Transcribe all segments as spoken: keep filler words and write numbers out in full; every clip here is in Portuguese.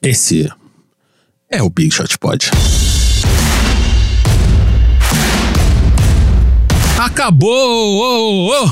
Esse é o Big Shot Pod. Acabou! Oh, oh.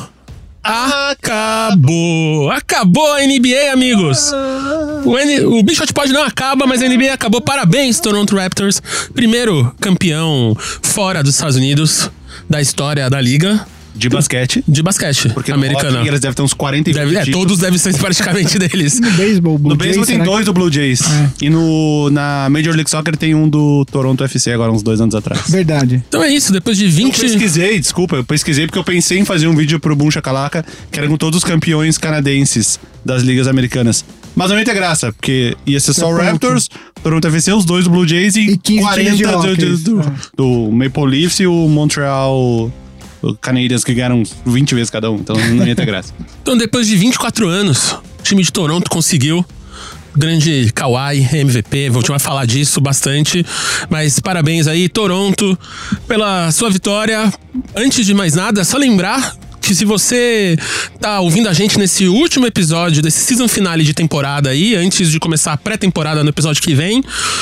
Acabou! Acabou a N B A, amigos! O, N... o Big Shot Pod não acaba, mas a N B A acabou. Parabéns, Toronto Raptors. Primeiro campeão fora dos Estados Unidos da história da liga. De basquete. De basquete, porque americana. Porque eles devem ter uns quarenta e Deve, É, todos devem ser praticamente deles. No beisebol, Blue No beisebol tem dois que... do Blue Jays. É. E no, na Major League Soccer tem um do Toronto F C agora, uns dois anos atrás. Verdade. Então é isso, depois de vinte... Eu pesquisei, desculpa, eu pesquisei porque eu pensei em fazer um vídeo pro Boom Shakalaka, que era com todos os campeões canadenses das ligas americanas. Mas não ia ter graça, porque ia ser só o Raptors, Toronto F C, os dois do Blue Jays e, e quarenta do, do, do, é. do Maple Leafs e o Montreal... Canadiens que ganharam vinte vezes cada um, então não ia ter graça. Então, depois de vinte e quatro anos, o time de Toronto conseguiu. Grande Kawhi, M V P, vou te falar disso bastante. Mas parabéns aí, Toronto, pela sua vitória. Antes de mais nada, só lembrar que se você tá ouvindo a gente nesse último episódio desse season finale de temporada aí, antes de começar a pré-temporada no episódio que vem,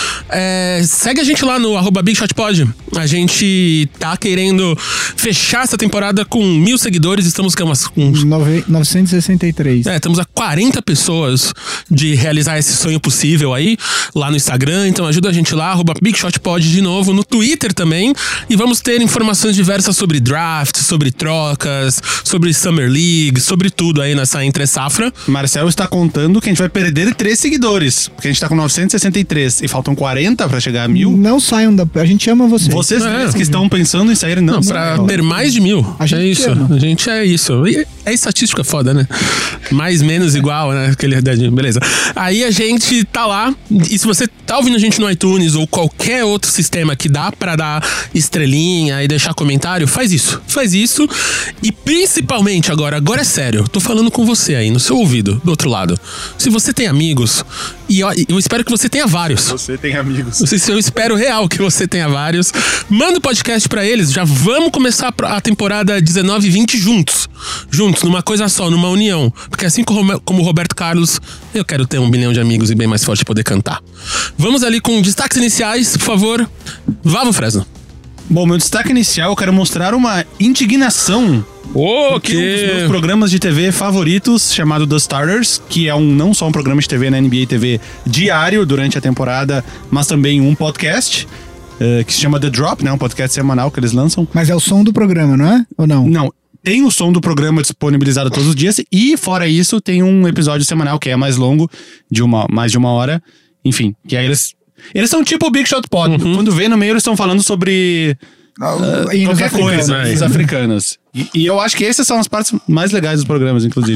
é, segue a gente lá no arroba Big Shot Pod. A gente tá querendo fechar essa temporada com mil seguidores, estamos com umas... Com... novecentos e sessenta e três. É, estamos a quarenta pessoas de realizar esse sonho possível aí, lá no Instagram, então ajuda a gente lá, arroba Big Shot Pod de novo, no Twitter também, e vamos ter informações diversas sobre draft, sobre trocas, sobre Summer League, sobre tudo aí nessa entre-safra. Marcel está contando que a gente vai perder três seguidores, porque a gente tá com novecentos e sessenta e três e faltam quarenta pra chegar a mil. Não saiam da... A gente ama vocês. Vocês é. que estão pensando em sair, não. Não, pra não. ter mais de mil. A gente é isso. Ama. A gente é isso. E é estatística foda, né? Mais, menos, igual, né? Aquele... Beleza. Aí a gente tá lá, e se você tá ouvindo a gente no iTunes ou qualquer outro sistema que dá pra dar estrelinha e deixar comentário, faz isso. Faz isso. E principalmente agora, agora é sério, tô falando com você aí, no seu ouvido, do outro lado. Se você tem amigos, e eu, eu espero que você tenha vários. Você tem amigos. Eu espero real que você tenha vários. Manda o podcast pra eles, já vamos começar a temporada dezenove e vinte juntos. Juntos, numa coisa só, numa união. Porque assim como, como o Roberto Carlos, eu quero ter um bilhão de amigos e bem mais forte poder cantar. Vamos ali com destaques iniciais, por favor. Vá, Fresno. Bom, meu destaque inicial, eu quero mostrar uma indignação. Oh, que um dos meus programas de T V favoritos, chamado The Starters, que é um não só um programa de T V na N B A T V diário durante a temporada, mas também um podcast uh, que se chama The Drop, né? Um podcast semanal que eles lançam. Mas é o som do programa, não é? Ou não? Não. Tem o som do programa disponibilizado todos os dias e, fora isso, tem um episódio semanal que é mais longo, de uma, mais de uma hora. Enfim, que aí eles... Eles são tipo o Big Shot Pod. Uhum. Quando vê no meio, eles estão falando sobre uh, qualquer coisa, né? Os africanos. E, e eu acho que essas são as partes mais legais dos programas, inclusive.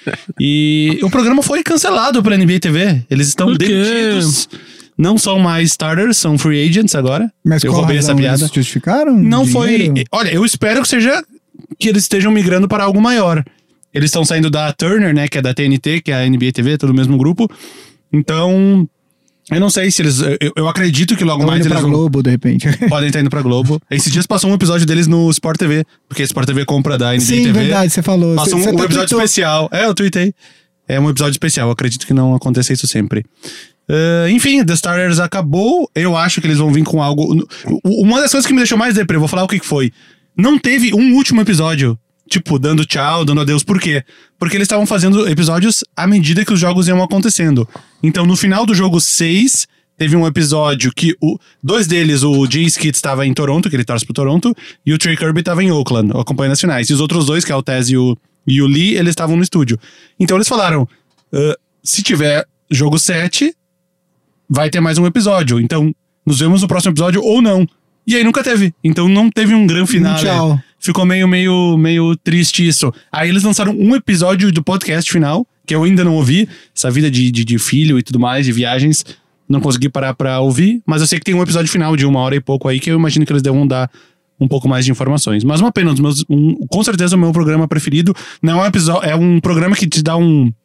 E o programa foi cancelado pela N B A T V. Eles estão demitidos. Não são mais starters, são free agents agora. Mas eu qual roubei essa piada. Eles justificaram? Não dinheiro? foi... Olha, eu espero que seja... que eles estejam migrando para algo maior. Eles estão saindo da Turner, né? Que é da T N T, que é a N B A T V, todo o mesmo grupo. Então... Eu não sei se eles... Eu, eu acredito que logo Tão mais indo eles pra vão... Globo, de repente. Podem estar indo pra Globo. Esses dias passou um episódio deles no Sport T V, porque a Sport T V compra da N B A T V. Sim, verdade, você falou. Passou cê, um, cê um tá episódio tweetou. especial. É, eu tuitei. É um episódio especial. Eu acredito que não aconteça isso sempre. Uh, enfim, The Starters acabou. Eu acho que eles vão vir com algo... Uma das coisas que me deixou mais deprê, vou falar o que foi. Não teve um último episódio, tipo, dando tchau, dando adeus. Por quê? Porque eles estavam fazendo episódios à medida que os jogos iam acontecendo. Então, no final do jogo seis... Teve um episódio que o, dois deles, o Jay Skid estava em Toronto, que ele torce pro Toronto, e o Trey Kirby estava em Oakland, acompanhando as finais. E os outros dois, que é o Tez e o, e o Lee, eles estavam no estúdio. Então eles falaram, uh, se tiver jogo sete, vai ter mais um episódio. Então, nos vemos no próximo episódio ou não. E aí nunca teve. Então não teve um grande final. Tchau. Ficou meio, meio, meio triste isso. Aí eles lançaram um episódio do podcast final, que eu ainda não ouvi. Essa vida de, de, de filho e tudo mais, de viagens... Não consegui parar pra ouvir, mas eu sei que tem um episódio final de uma hora e pouco aí que eu imagino que eles devam dar um pouco mais de informações. Mas uma pena, um dos meus, um, com certeza o meu programa preferido não é um episódio, é um programa que te dá um,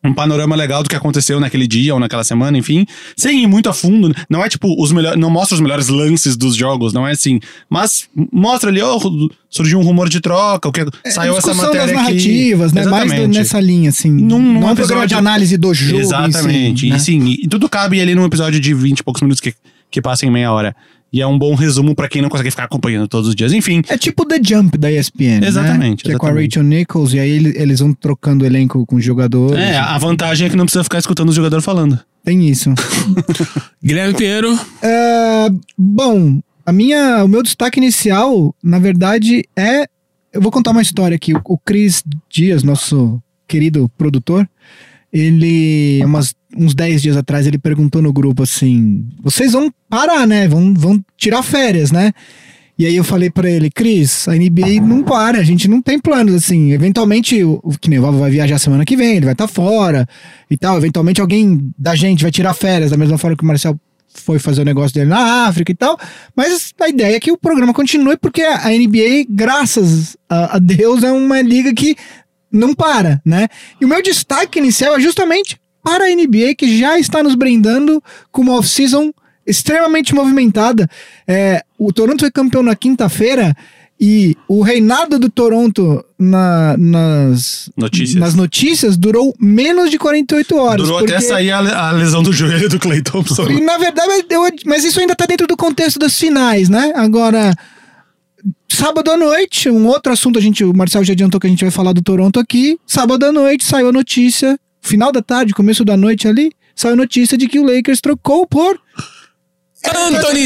um panorama legal do que aconteceu naquele dia ou naquela semana, enfim, sem ir muito a fundo. Não é tipo, os melhores, não mostra os melhores lances dos jogos, não é assim. Mas mostra ali, ó, oh, surgiu um rumor de troca, o que é, saiu essa matéria das aqui. narrativas, né? Mais do, nessa linha, assim. Num, num não é um episódio programa de análise do jogo. Exatamente. Si, e né? sim, e tudo cabe ali num episódio de vinte e poucos minutos que, que passa em meia hora. E é um bom resumo pra quem não consegue ficar acompanhando todos os dias. Enfim. É tipo The Jump da E S P N, Exatamente. né? Que exatamente. é com a Rachel Nichols, e aí eles vão trocando elenco com os jogadores. É, a vantagem é que não precisa ficar escutando o jogador falando. Tem isso. Guilherme Pinheiro. É, bom, a minha, o meu destaque inicial, na verdade, é... Eu vou contar uma história aqui. O, o Cris Dias, nosso querido produtor, ele, umas, uns dez dias atrás, ele perguntou no grupo assim, vocês vão parar, né? Vão, vão tirar férias, né? E aí eu falei pra ele, Cris, a N B A não para, a gente não tem planos, assim, eventualmente, o, o que nem o Vavo vai viajar semana que vem, ele vai estar tá fora e tal, eventualmente alguém da gente vai tirar férias, da mesma forma que o Marcel foi fazer o negócio dele na África e tal, mas a ideia é que o programa continue, porque a N B A, graças a, a Deus, é uma liga que não para, né? E o meu destaque inicial é justamente para a N B A, que já está nos brindando com uma off-season extremamente movimentada. É, o Toronto foi campeão na quinta-feira e o reinado do Toronto na, nas, notícias. nas notícias durou menos de quarenta e oito horas. Durou porque... até sair a, a lesão do joelho do Klay Thompson. E na verdade, eu, mas isso ainda está dentro do contexto das finais, né? Agora... Sábado à noite, um outro assunto, a gente, o Marcelo já adiantou que a gente vai falar do Toronto aqui. Sábado à noite saiu a notícia, final da tarde, começo da noite ali, saiu a notícia de que o Lakers trocou por Anthony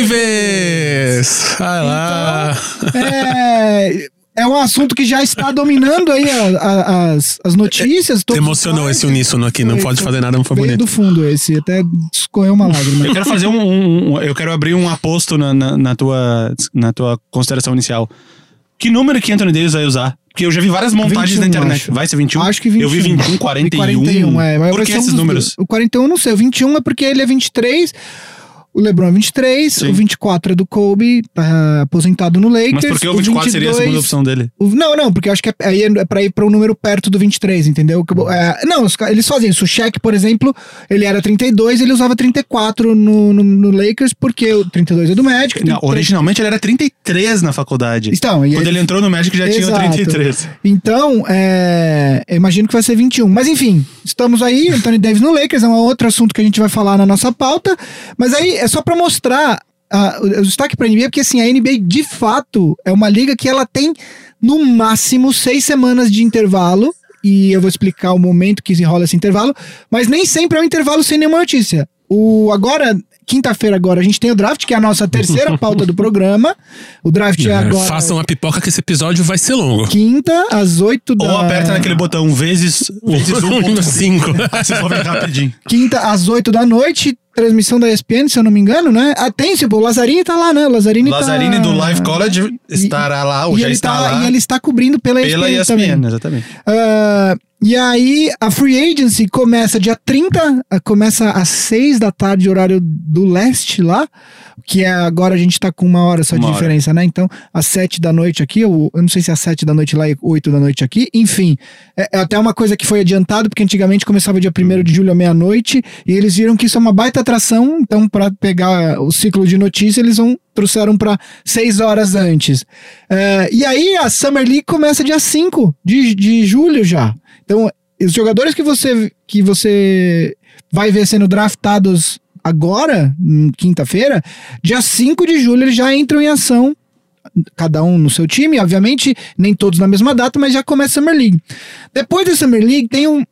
Davis! Vai lá! Então, é, é um assunto que já está dominando aí a, a, as, as notícias. Emocionou esse uníssono aqui, não foi, pode fazer nada, não foi bonito. do fundo esse, até escorreu uma lágrima. Eu quero fazer um, um, um eu quero abrir um aposto na, na, na, tua, na tua consideração inicial. Que número que Anthony Davis vai usar? Porque eu já vi várias montagens vinte e um, na internet. acho. Vai ser vinte e um? Acho que vinte e um. Eu vi vinte e um, quarenta e um. quarenta e um, é. Mas Por que esses um dos, números? O quarenta e um eu não sei, o vinte e um é porque ele é vinte e três... O LeBron é vinte e três, Sim. o vinte e quatro é do Kobe, tá aposentado no Lakers. Mas por que o vinte e quatro o vinte e dois, seria a segunda opção dele? O, não, não, porque eu acho que é, aí é pra ir pra um número perto do vinte e três, entendeu? É, não, os, eles fazem isso. O Shaq, por exemplo, ele era trinta e dois, ele usava trinta e quatro no, no, no Lakers, porque o trinta e dois é do Magic. Não, originalmente ele era trinta e três na faculdade. Então, e Quando ele, ele entrou no Magic já Exato. tinha trinta e três. Então, é, eu imagino que vai ser vinte e um. Mas enfim, estamos aí, Anthony Davis no Lakers, é um outro assunto que a gente vai falar na nossa pauta. Mas aí é só pra mostrar Uh, o destaque para a N B A, porque assim, a N B A de fato é uma liga que ela tem no máximo seis semanas de intervalo, e eu vou explicar o momento que se rola esse intervalo, mas nem sempre é um intervalo sem nenhuma notícia. O, agora, quinta-feira agora, a gente tem o draft, que é a nossa terceira pauta do programa. O draft é agora... Façam uma pipoca que esse episódio vai ser longo. Quinta, às oito da... Ou aperta naquele botão vezes, vezes um ponto cinco. Vocês vão ver rapidinho. Quinta, às oito da noite, transmissão da E S P N, se eu não me engano, né? Ah, tem, tipo, o Lazzarini tá lá, né? O Lazzarini, Lazzarini tá... do Live College estará lá, ou e já ele está tá, lá. E ele está cobrindo pela, pela E S P N, E S P N também. Exatamente. Uh, e aí, a Free Agency começa dia trinta, começa às seis da tarde, horário do leste lá, que é agora a gente tá com uma hora só uma de diferença, hora. né? Então, às sete da noite aqui, eu, eu não sei se é às sete da noite lá e oito da noite aqui, enfim. É, é até uma coisa que foi adiantado, porque antigamente começava dia primeiro de julho à meia-noite, e eles viram que isso é uma baita atração, então para pegar o ciclo de notícia, eles vão trouxeram para seis horas antes. É, e aí, a Summer League começa dia cinco de, de julho já. Então, os jogadores que você, que você vai ver sendo draftados agora, quinta-feira, dia cinco de julho eles já entram em ação, cada um no seu time, obviamente, nem todos na mesma data, mas já começa a Summer League. Depois da Summer League tem um...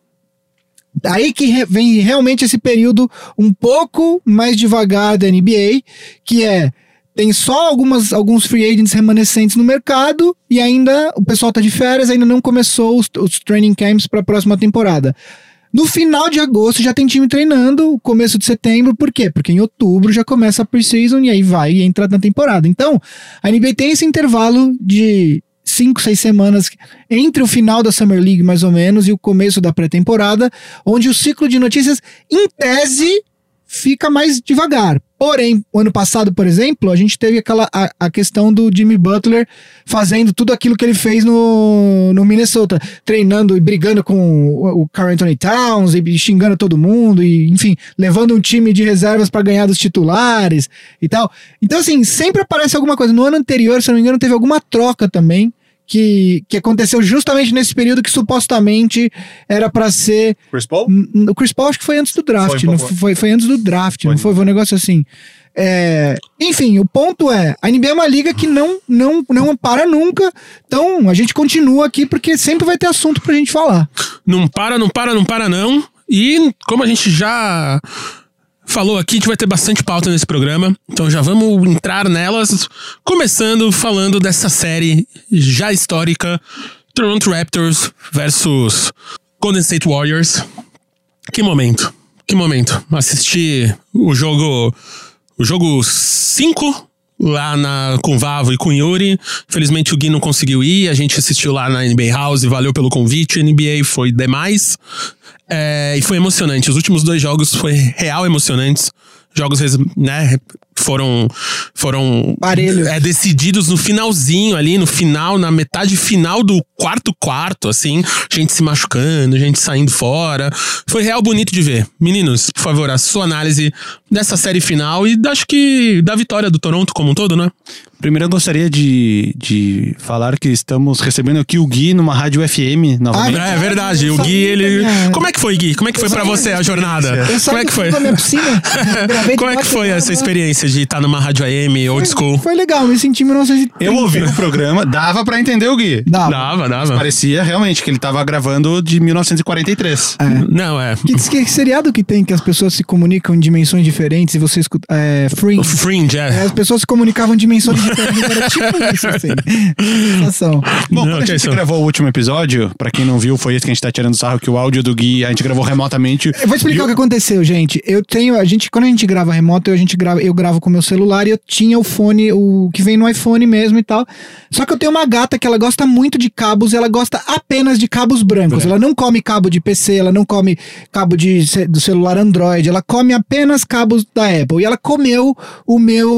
Aí que vem realmente esse período um pouco mais devagar da N B A, que é... Tem só algumas, alguns free agents remanescentes no mercado e ainda o pessoal tá de férias, ainda não começou os, os training camps para a próxima temporada. No final de agosto já tem time treinando, começo de setembro, por quê? Porque em outubro já começa a pre-season e aí vai e entra na temporada. Então, a N B A tem esse intervalo de cinco, seis semanas entre o final da Summer League, mais ou menos, e o começo da pré-temporada, onde o ciclo de notícias, em tese, fica mais devagar. Porém, o ano passado, por exemplo, a gente teve aquela, a, a questão do Jimmy Butler fazendo tudo aquilo que ele fez no, no Minnesota, treinando e brigando com o, o Karl Anthony Towns e xingando todo mundo, e enfim, levando um time de reservas para ganhar dos titulares e tal. Então, assim, sempre aparece alguma coisa. No ano anterior, se eu não me engano, teve alguma troca também, Que, que aconteceu justamente nesse período que supostamente era pra ser... Chris Paul? O Chris Paul acho que foi antes do draft. Foi, não foi. foi, foi antes do draft, Foi. não foi? Foi um negócio assim. É, enfim, o ponto é, a N B A é uma liga que não, não, não para nunca, então a gente continua aqui porque sempre vai ter assunto pra gente falar. Não para, não para, não para não. E como a gente já falou aqui, a gente vai ter bastante pauta nesse programa, então já vamos entrar nelas, começando falando dessa série já histórica, Toronto Raptors versus Golden State Warriors. Que momento, que momento. Assisti o jogo, o jogo cinco lá na, com o Vavo e com o Yuri. Infelizmente o Gui não conseguiu ir, a gente assistiu lá na N B A House, valeu pelo convite, N B A foi demais. É, e foi emocionante. Os últimos dois jogos foi real emocionantes. Jogos, né, foram foram Parelhos. é, decididos no finalzinho ali, no final, na metade final do quarto quarto, assim, gente se machucando, gente saindo fora. Foi real bonito de ver. Meninos, por favor, a sua análise dessa série final e acho que da vitória do Toronto como um todo, né? Primeiro eu gostaria de, de falar que estamos recebendo aqui o Gui numa rádio F M novamente. Ah, É verdade, o Gui, ele... Como é que foi, Gui? Como é que foi pra você a jornada? Eu Como é que foi? Da minha piscina, gravei de Como é que quatro foi horas, essa experiência de estar numa rádio A M, old school? Foi legal, me senti em mil novecentos e trinta. Eu ouvi o programa, dava pra entender o Gui. Dava. Dava, dava. Parecia realmente que ele tava gravando de mil novecentos e quarenta e três. Não, é... Que, que seriado que tem que as pessoas se comunicam em dimensões diferentes e você escuta. É, Fringe. Fringe, É, é. as pessoas se comunicavam em dimensões diferentes. Era tipo isso, assim. Sensação. Bom, Não, quando a que gente isso. gravou o último episódio, pra quem não viu, foi esse que a gente tá tirando sarro, que o áudio do Gui a gente gravou remotamente. Eu vou explicar E o que aconteceu, gente. Eu tenho, a gente, quando a gente grava remoto, eu, a gente grava, eu gravo com o meu celular e eu tinha o fone, o que vem no iPhone mesmo e tal. Só que eu tenho uma gata que ela gosta muito de cabos, ela gosta apenas de cabos brancos. Ela não come cabo de P C, ela não come cabo de, do celular Android, ela come apenas cabos da Apple. E ela comeu o meu,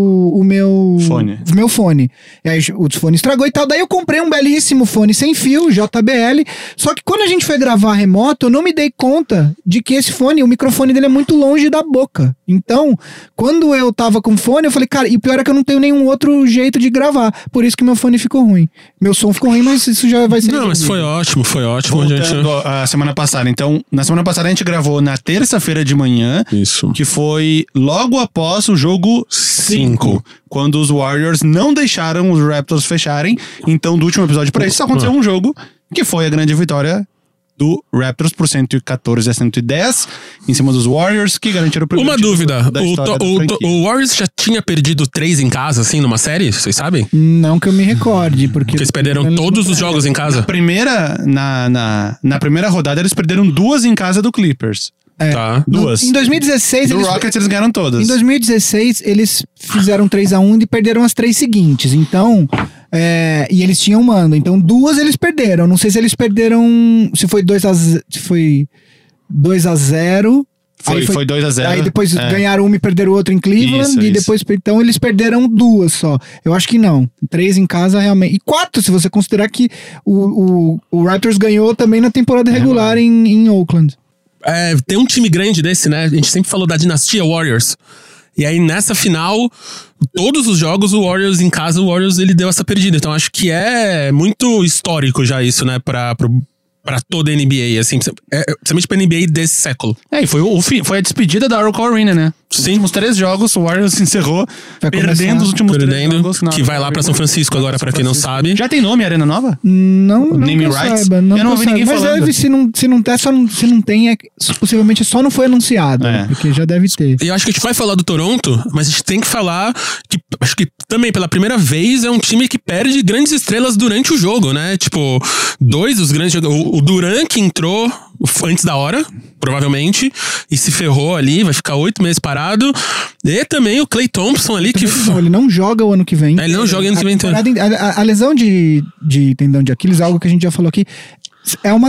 o meu Fone. o meu fone. E aí o fone estragou e tal. Daí eu comprei um belíssimo fone sem fio, J B L. Só que quando a gente foi gravar remoto, eu não me dei conta de que esse fone, o microfone dele é muito longe da boca. Então, quando eu tava com fone, eu falei, cara, e o pior é que eu não tenho nenhum outro jeito de gravar. Por isso que meu fone ficou ruim. Meu som ficou ruim, mas isso já vai ser... Não, mas foi ótimo, foi ótimo. A gente... Voltando a semana passada. Então, na semana passada a gente gravou na terça-feira de manhã, Isso. que foi logo após o jogo cinco, quando os Warriors não deixaram os Raptors fecharem. Então, do último episódio pra esse, só aconteceu um jogo, que foi a grande vitória do Raptors por cento e quatorze a cento e dez em cima dos Warriors, que garantiram o primeiro Uma título dúvida, da o, história to- da o, to- franquia. o Warriors já tinha perdido três em casa, assim, numa série? Vocês sabem? Não que eu me recorde, porque... Porque eles perderam todos os jogos em casa. Primeira, na, na, na primeira rodada, eles perderam duas em casa do Clippers. É. Tá. Duas. Em dois mil e dezesseis, Do eles, Rockets eles ganharam todas. em dois mil e dezesseis, eles fizeram três a um e perderam as três seguintes. Então, é, e eles tinham mando. Então, duas eles perderam. Não sei se eles perderam... Se foi dois a zero... Se foi dois a zero... Foi, aí foi dois a zero. Aí depois É. ganharam uma e perderam outra em Cleveland. Isso, e isso. depois... Então, eles perderam duas só. Eu acho que não. Três em casa, realmente. E quatro, se você considerar que o, o, o Raptors ganhou também na temporada regular em, em Oakland. É, tem um time grande desse, né? A gente sempre falou da dinastia Warriors. E aí, nessa final, todos os jogos, o Warriors em casa, o Warriors, ele deu essa perdida. Então, acho que é muito histórico já isso, né? Pra, pro, pra toda a N B A, assim. É, principalmente pra N B A desse século. É, e foi, o, fim, foi a despedida da Oracle Arena, né? Os Sim. últimos três jogos, o Warriors se encerrou Vai perdendo começar. os últimos três Perdendo, jogos. na que vai lá Oracle pra São Arena. Francisco agora, pra quem não sabe. Já tem nome, Arena Nova? Não, não Naming que eu rights? saiba, não Eu não que ouvi saiba. ninguém Mas falando. deve, se não, se não tem, só não, se não tem, é, possivelmente só não foi anunciado. É. Porque já deve ter. E eu acho que a gente vai falar do Toronto, mas a gente tem que falar que acho que também pela primeira vez é um time que perde grandes estrelas durante o jogo, né? Tipo, dois dos grandes jogadores. O Durant que entrou antes da hora, provavelmente, e se ferrou ali, vai ficar oito meses parado. E também o Klay Thompson ali que. Não, ele não joga o ano que vem. É, ele não joga ano que vem A, temporada- a, a- a lesão de, de tendão de Aquiles, algo que a gente já falou aqui, é uma...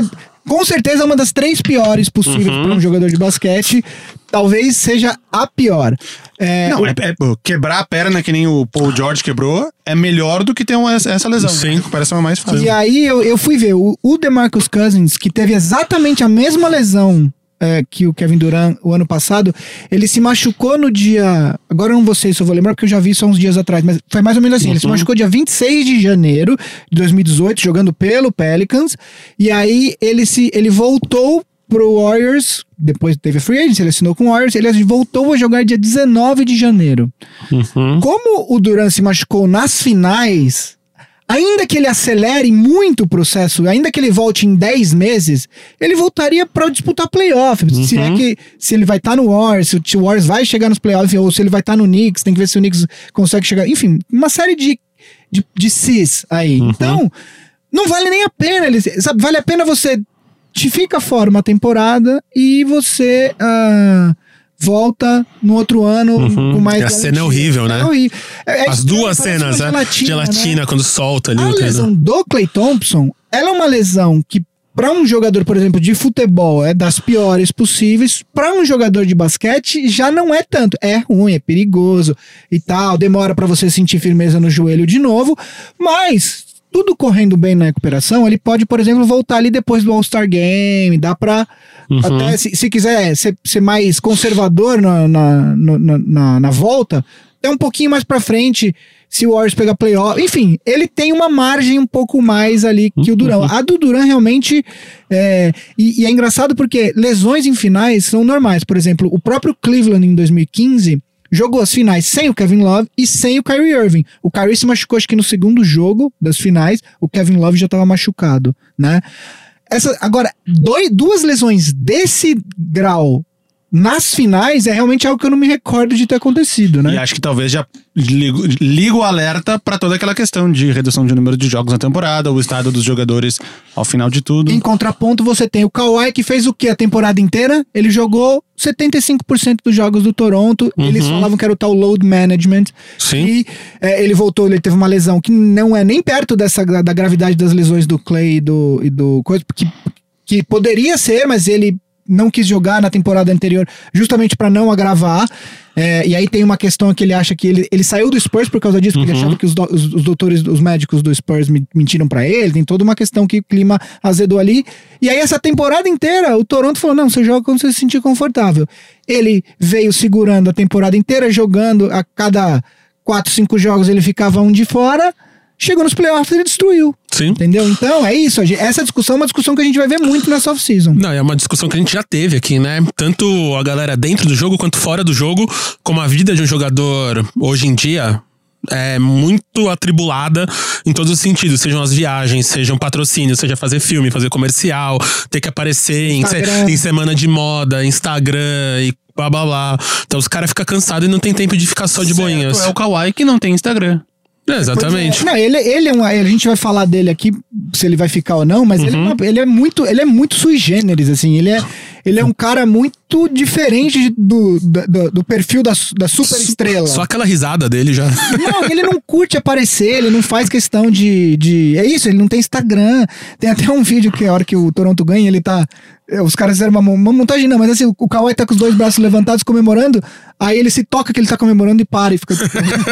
com certeza uma das três piores possíveis uhum. para um jogador de basquete. Talvez seja a pior. É, não, o... é, é, quebrar a perna que nem o Paul George quebrou é melhor do que ter uma, essa lesão. Sim. A recuperação é mais fácil. E aí eu, eu fui ver o, o DeMarcus Cousins, que teve exatamente a mesma lesão é, que o Kevin Durant o ano passado. Ele se machucou no dia... Agora eu não vou sei se eu vou lembrar, porque eu já vi isso há uns dias atrás, mas foi mais ou menos assim. Uhum. Ele se machucou dia vinte e seis de janeiro de dois mil e dezoito, jogando pelo Pelicans. E aí ele, se, ele voltou pro Warriors, depois teve a free agency, ele assinou com o Warriors, ele voltou a jogar dia dezenove de janeiro. Uhum. Como o Durant se machucou nas finais, ainda que ele acelere muito o processo, ainda que ele volte em dez meses, ele voltaria para disputar playoff. Uhum. Se é que se ele vai estar tá no Warriors, se o Warriors vai chegar nos playoffs, ou se ele vai estar tá no Knicks, tem que ver se o Knicks consegue chegar. Enfim, uma série de, de, de cis aí. Uhum. Então, não vale nem a pena. Ele, sabe, vale a pena você te fica fora uma temporada e você uh, volta no outro ano uhum. com mais... E a cena é horrível, né? É horrível. É, é As duas cenas, né? Gelatina, gelatina né? Quando solta ali. A o lesão do Klay Thompson, ela é uma lesão que para um jogador, por exemplo, de futebol é das piores possíveis, para um jogador de basquete já não é tanto. É ruim, é perigoso e tal, demora para você sentir firmeza no joelho de novo, mas... tudo correndo bem na recuperação, ele pode, por exemplo, voltar ali depois do All-Star Game, dá pra, uhum. até se, se quiser ser, ser mais conservador na, na, na, na, na volta, até um pouquinho mais pra frente, se o Warriors pegar playoff, enfim, ele tem uma margem um pouco mais ali que o Durant. A do Durant realmente, é, e, e é engraçado porque lesões em finais são normais, por exemplo, o próprio Cleveland em dois mil e quinze... jogou as finais sem o Kevin Love e sem o Kyrie Irving. O Kyrie se machucou acho que no segundo jogo das finais, o Kevin Love já estava machucado, né? Essa, agora, dois, duas lesões desse grau nas finais é realmente algo que eu não me recordo de ter acontecido, né? E acho que talvez já ligo, liga o alerta pra toda aquela questão de redução de número de jogos na temporada, o estado dos jogadores ao final de tudo. Em contraponto, você tem o Kawhi, que fez o quê a temporada inteira? Ele jogou setenta e cinco por cento dos jogos do Toronto. Uhum. Eles falavam que era o tal load management. Sim. E é, ele voltou, ele teve uma lesão que não é nem perto dessa, da gravidade das lesões do Klay e do, e do coisa, que, que poderia ser, mas ele não quis jogar na temporada anterior justamente para não agravar. É, e aí tem uma questão que ele acha que ele, ele saiu do Spurs por causa disso, porque uhum. ele achava que os, do, os, os doutores, os médicos do Spurs mentiram para ele. Tem toda uma questão que o clima azedou ali. E aí essa temporada inteira o Toronto falou, não, você joga quando você se sentir confortável. Ele veio segurando a temporada inteira, jogando a cada quatro, cinco jogos ele ficava um de fora. Chegou nos playoffs e ele destruiu. Sim. Entendeu? Então, é isso. Essa discussão é uma discussão que a gente vai ver muito nessa off-season. Não, é uma discussão que a gente já teve aqui, né? Tanto a galera dentro do jogo quanto fora do jogo, como a vida de um jogador hoje em dia é muito atribulada em todos os sentidos. Sejam as viagens, sejam patrocínios, seja fazer filme, fazer comercial, ter que aparecer em, se, em semana de moda, Instagram e blá blá blá. Então os caras ficam cansados e não tem tempo de ficar só de certo, boinhas. É o Kawhi que não tem Instagram. É, exatamente. É. Não, ele, ele é um, a gente vai falar dele aqui, se ele vai ficar ou não, mas uhum. ele, é uma, ele é muito ele é muito sui generis, assim, ele é, ele é um cara muito diferente do, do, do perfil da, da super estrela. Só aquela risada dele já. Não, ele não curte aparecer, ele não faz questão de, de... É isso, ele não tem Instagram. Tem até um vídeo que a hora que o Toronto ganha, ele tá... Os caras fizeram uma, uma montagem, não, mas assim, o Kawhi tá com os dois braços levantados comemorando, aí ele se toca que ele tá comemorando e para e fica tipo,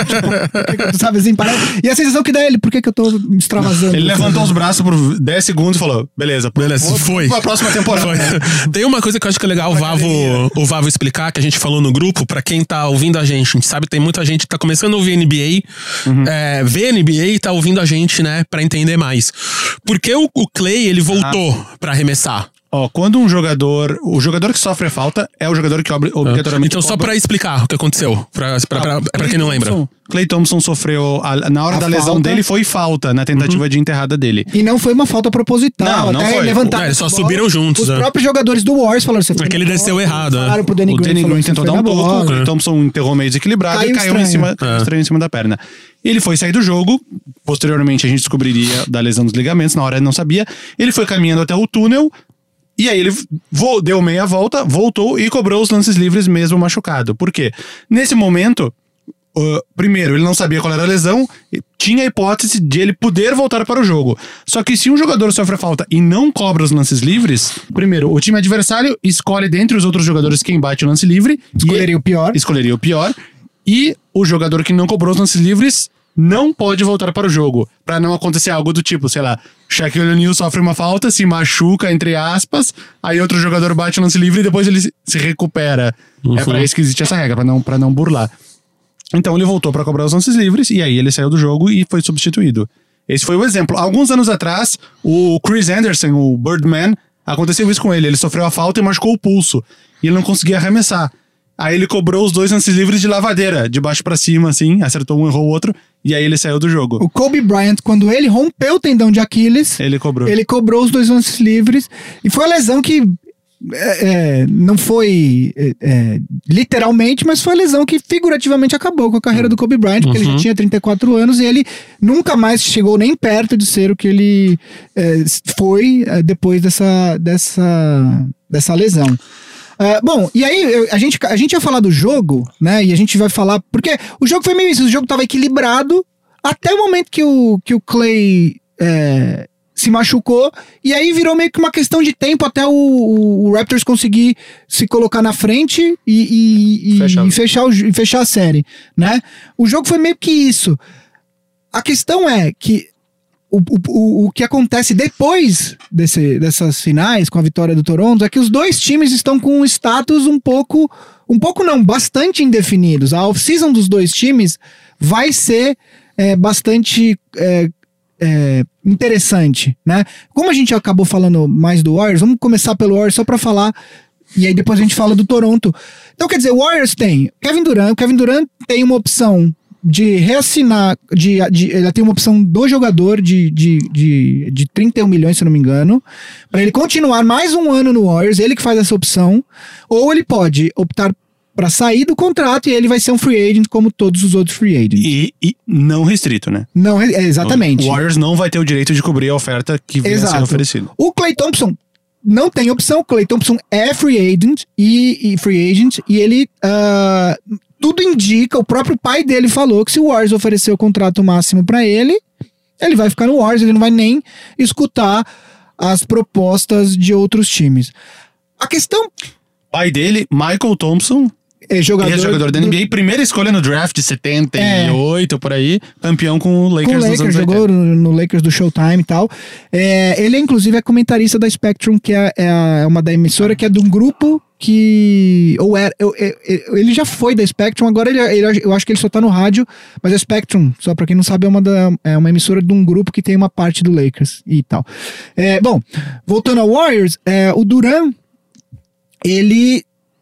tipo, sabe assim, para. E a sensação que dá ele, por que que eu tô extravasando? Ele levantou os braços por dez segundos e falou, beleza, beleza, vou, foi. Pra próxima temporada. Foi. Tem uma coisa que eu acho que é legal o Vavo, o Vavo explicar, que a gente falou no grupo, pra quem tá ouvindo a gente, a gente sabe que tem muita gente que tá começando a ouvir N B A, uhum. é, vê N B A e tá ouvindo a gente, né, pra entender mais. Porque o, o Klay, ele voltou ah. pra arremessar. Ó, quando um jogador... O jogador que sofre a falta é o jogador que ob, obrigatoriamente... Então, só pra explicar o que aconteceu, pra, pra, pra, pra, pra quem não lembra. Klay Thompson sofreu... A, na hora a da lesão falta. dele foi falta, na tentativa uhum. de enterrada dele. E não foi uma falta proposital. Não, não foi. Levantar é, eles só subiram juntos. Os né? próprios jogadores do Warriors falaram... Você é que ele desceu errado. Falaram pro Danny o Green, Danny Green tentou dar um pouco, o Klay é. Thompson enterrou meio desequilibrado caiu e caiu em cima, é. estranho em cima da perna. Ele foi sair do jogo, posteriormente a gente descobriria da lesão dos ligamentos, na hora ele não sabia. Ele foi caminhando até o túnel, e aí ele vo- deu meia volta, voltou e cobrou os lances livres mesmo machucado. Por quê? Nesse momento, Uh, primeiro, ele não sabia qual era a lesão, tinha a hipótese de ele poder voltar para o jogo. Só que se um jogador sofre falta e não cobra os lances livres, primeiro, o time adversário escolhe dentre os outros jogadores quem bate o lance livre. Escolheria o pior. Escolheria o pior. E o jogador que não cobrou os lances livres não pode voltar para o jogo. Pra não acontecer algo do tipo, sei lá, Shaquille O'Neal sofre uma falta, se machuca, entre aspas, aí outro jogador bate o lance livre e depois ele se recupera. Uhum. É pra isso que existe essa regra, pra não, pra não burlar. Então ele voltou pra cobrar os lances livres e aí ele saiu do jogo e foi substituído. Esse foi o exemplo. Alguns anos atrás, o Chris Anderson, o Birdman, aconteceu isso com ele. Ele sofreu a falta e machucou o pulso. E ele não conseguia arremessar. Aí ele cobrou os dois lances livres de lavadeira, de baixo pra cima, assim, acertou um, errou o outro, e aí ele saiu do jogo. O Kobe Bryant, quando ele rompeu o tendão de Aquiles, ele cobrou. Ele cobrou os dois lances livres, e foi uma lesão que é, é, não foi é, é, literalmente, mas foi a lesão que figurativamente acabou com a carreira do Kobe Bryant, porque uhum. ele já tinha trinta e quatro anos e ele nunca mais chegou nem perto de ser o que ele é, foi é, depois dessa, dessa, dessa lesão. Uh, bom, e aí eu, a, gente, a gente ia falar do jogo, né? E a gente vai falar... Porque o jogo foi meio isso, o jogo tava equilibrado até o momento que o, que o Clay é, se machucou. E aí virou meio que uma questão de tempo até o, o, o Raptors conseguir se colocar na frente e, e, e, fechar. e, fechar, o, e fechar a série, né? O jogo foi meio que isso. A questão é que O, o, o que acontece depois desse, dessas finais, com a vitória do Toronto, é que os dois times estão com um status um pouco, um pouco não, bastante indefinidos. A off-season dos dois times vai ser é, bastante é, é, interessante, né? Como a gente acabou falando mais do Warriors, vamos começar pelo Warriors só pra falar, e aí depois a gente fala do Toronto. Então, quer dizer, o Warriors tem Kevin Durant, o Kevin Durant tem uma opção de reassinar, de, de, ela tem uma opção do jogador de, de, de, de trinta e um milhões, se não me engano, para ele continuar mais um ano no Warriors, ele que faz essa opção, ou ele pode optar para sair do contrato e ele vai ser um free agent como todos os outros free agents. E, e não restrito, né? Não, é, exatamente. O Warriors não vai ter o direito de cobrir a oferta que vier sendo oferecida. O Klay Thompson não tem opção, o Klay Thompson é free agent e, e free agent e ele... Uh, tudo indica, o próprio pai dele falou que se o Warriors oferecer o contrato máximo pra ele, ele vai ficar no Warriors, ele não vai nem escutar as propostas de outros times. A questão... Pai dele, Michael Thompson, é jogador, ele é jogador da N B A, do... primeira escolha no draft de setenta e oito, é. por aí, campeão com o Lakers, com o Lakers nos anos jogou oitenta. no Lakers do Showtime e tal. É, ele, inclusive, é comentarista da Spectrum, que é, é uma da emissora, que é de um grupo que... Ou era... Eu, eu, ele já foi da Spectrum, agora ele, ele, eu acho que ele só tá no rádio, mas a Spectrum, só pra quem não sabe, é uma, da, é uma emissora de um grupo que tem uma parte do Lakers e tal. É, bom, voltando ao Warriors, é, o Durant, ele...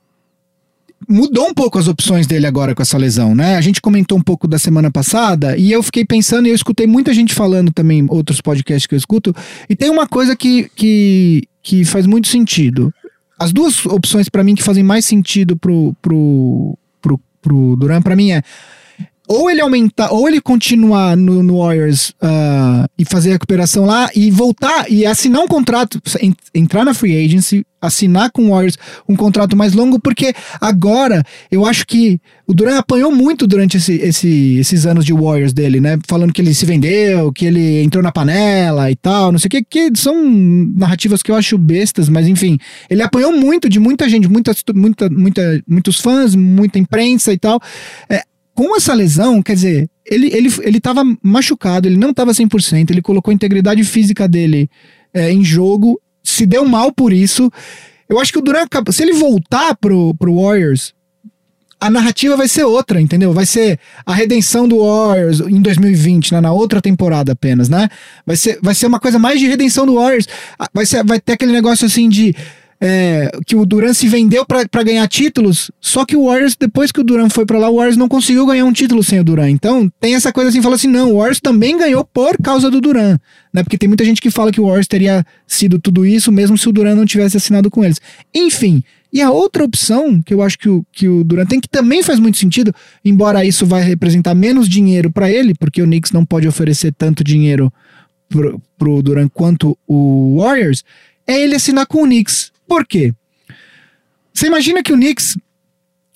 mudou um pouco as opções dele agora com essa lesão, né? A gente comentou um pouco da semana passada e eu fiquei pensando, e eu escutei muita gente falando também, outros podcasts que eu escuto, e tem uma coisa que, que, que faz muito sentido. As duas opções pra mim que fazem mais sentido pro, pro, pro, pro Durant, pra mim é ou ele aumentar, ou ele continuar no, no Warriors uh, e fazer a recuperação lá e voltar e assinar um contrato, entrar na free agency, assinar com o Warriors um contrato mais longo, porque agora eu acho que o Durant apanhou muito durante esse, esse, esses anos de Warriors dele, né? Falando que ele se vendeu, que ele entrou na panela e tal, não sei o que, que são narrativas que eu acho bestas, mas enfim, ele apanhou muito de muita gente, muitas, muita, muita, muitos fãs, muita imprensa e tal. É, com essa lesão, quer dizer, ele, ele, ele tava machucado, ele não tava cem por cento, ele colocou a integridade física dele é, em jogo, se deu mal por isso. Eu acho que o Durant, se ele voltar pro, pro Warriors, a narrativa vai ser outra, entendeu? Vai ser a redenção do Warriors em dois mil e vinte, né? Na outra temporada apenas, né? Vai ser, vai ser uma coisa mais de redenção do Warriors. Vai, ser, vai ter aquele negócio assim de... É, que o Durant se vendeu pra, pra ganhar títulos, só que o Warriors, depois que o Durant foi pra lá, o Warriors não conseguiu ganhar um título sem o Durant. Então tem essa coisa assim, fala assim, não, o Warriors também ganhou por causa do Durant, né? Porque tem muita gente que fala que o Warriors teria sido tudo isso mesmo se o Durant não tivesse assinado com eles. Enfim, e a outra opção que eu acho que o, que o Durant tem, que também faz muito sentido, embora isso vai representar menos dinheiro pra ele, porque o Knicks não pode oferecer tanto dinheiro pro, pro Durant quanto o Warriors, é ele assinar com o Knicks. Por quê? Você imagina que o Knicks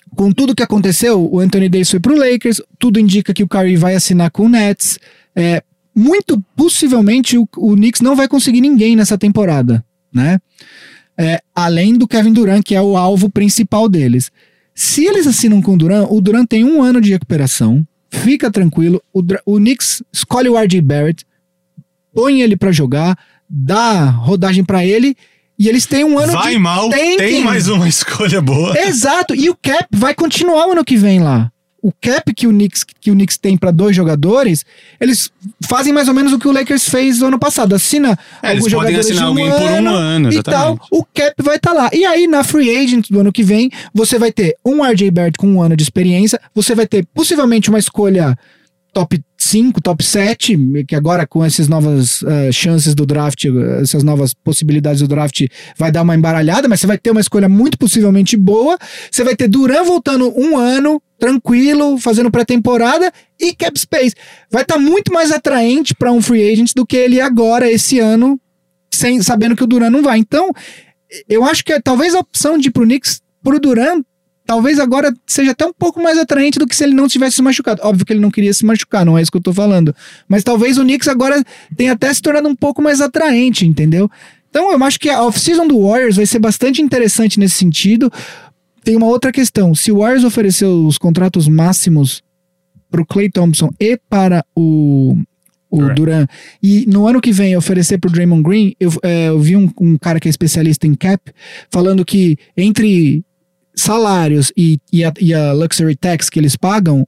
com tudo que aconteceu, o Anthony Davis foi pro Lakers, tudo indica que o Kyrie vai assinar com o Nets. É, muito possivelmente o, o Knicks não vai conseguir ninguém nessa temporada, né? É, além do Kevin Durant, que é o alvo principal deles. Se eles assinam com o Durant, o Durant tem um ano de recuperação, fica tranquilo, o, o Knicks escolhe o R J Barrett, põe ele pra jogar, dá rodagem pra ele, e eles têm um ano vai de mal, tanking. Tem mais uma escolha boa. Exato, e o cap vai continuar o ano que vem lá. O cap que o Knicks, que o Knicks tem pra dois jogadores, eles fazem mais ou menos o que o Lakers fez no ano passado. Assina é, alguns eles podem jogadores assinar de um alguém por um ano, e exatamente. tal. O cap vai estar tá lá. E aí, na free agent do ano que vem, você vai ter um R J Barrett com um ano de experiência, você vai ter possivelmente uma escolha top cinco, top sete, que agora com essas novas uh, chances do draft, essas novas possibilidades do draft, vai dar uma embaralhada, mas você vai ter uma escolha muito possivelmente boa. Você vai ter Durant voltando um ano, tranquilo, fazendo pré-temporada e cap space. Vai estar tá muito mais atraente para um free agent do que ele agora, esse ano, sem, sabendo que o Durant não vai. Então, eu acho que talvez a opção de ir pro Knicks, pro Durant, talvez agora seja até um pouco mais atraente do que se ele não tivesse se machucado. Óbvio que ele não queria se machucar, não é isso que eu tô falando. Mas talvez o Knicks agora tenha até se tornado um pouco mais atraente, entendeu? Então eu acho que a off-season do Warriors vai ser bastante interessante nesse sentido. Tem uma outra questão. Se o Warriors oferecer os contratos máximos pro Klay Thompson e para o, o Durant. Durant, e no ano que vem oferecer pro Draymond Green, eu, é, eu vi um, um cara que é especialista em cap, falando que entre salários e, e, a, e a luxury tax que eles pagam,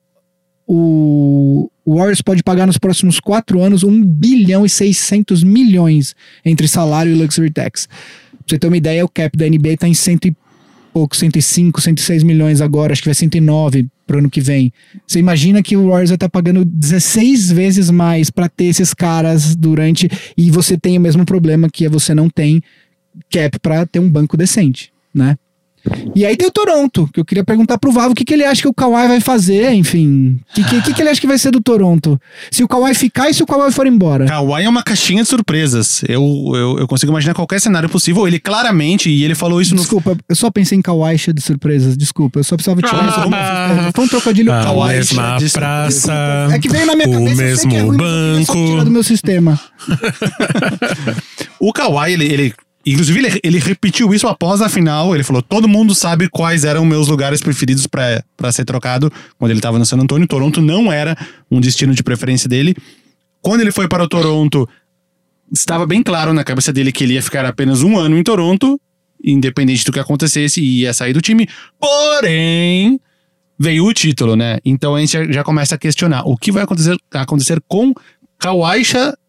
o, o Warriors pode pagar nos próximos quatro anos um bilhão e seiscentos milhões entre salário e luxury tax. Pra você ter uma ideia, o cap da N B A tá em cento e pouco, cento e cinco, cento e seis milhões agora, acho que vai cento e nove pro ano que vem. Você imagina que o Warriors vai estar pagando dezesseis vezes mais pra ter esses caras durante, e você tem o mesmo problema que é você não tem cap pra ter um banco decente, né? E aí tem o Toronto, que eu queria perguntar pro Vavo o que, que ele acha que o Kawhi vai fazer, enfim. O que, que, que ele acha que vai ser do Toronto? Se o Kawhi ficar e se o Kawhi for embora? Kawhi é uma caixinha de surpresas. Eu, eu, eu consigo imaginar qualquer cenário possível. Ele claramente, e ele falou isso no... Desculpa, eu só pensei em Kawhi cheio de surpresas. Desculpa, eu só precisava tirar isso. Ah, Foi um trocadilho. a Kawhi mesma cheio de praça, surpresas. É que veio na minha o cabeça, eu sei que é mesmo ruim, mas eu queria só banco. tirar do meu sistema. O Kawhi, ele... ele... Inclusive, ele, ele repetiu isso após a final. Ele falou, todo mundo sabe quais eram meus lugares preferidos pra, pra ser trocado quando ele tava no San Antonio. Toronto não era um destino de preferência dele. Quando ele foi para o Toronto, estava bem claro na cabeça dele que ele ia ficar apenas um ano em Toronto, independente do que acontecesse, e ia sair do time. Porém, veio o título, né? Então a gente já, já começa a questionar o que vai acontecer, acontecer com Kawhi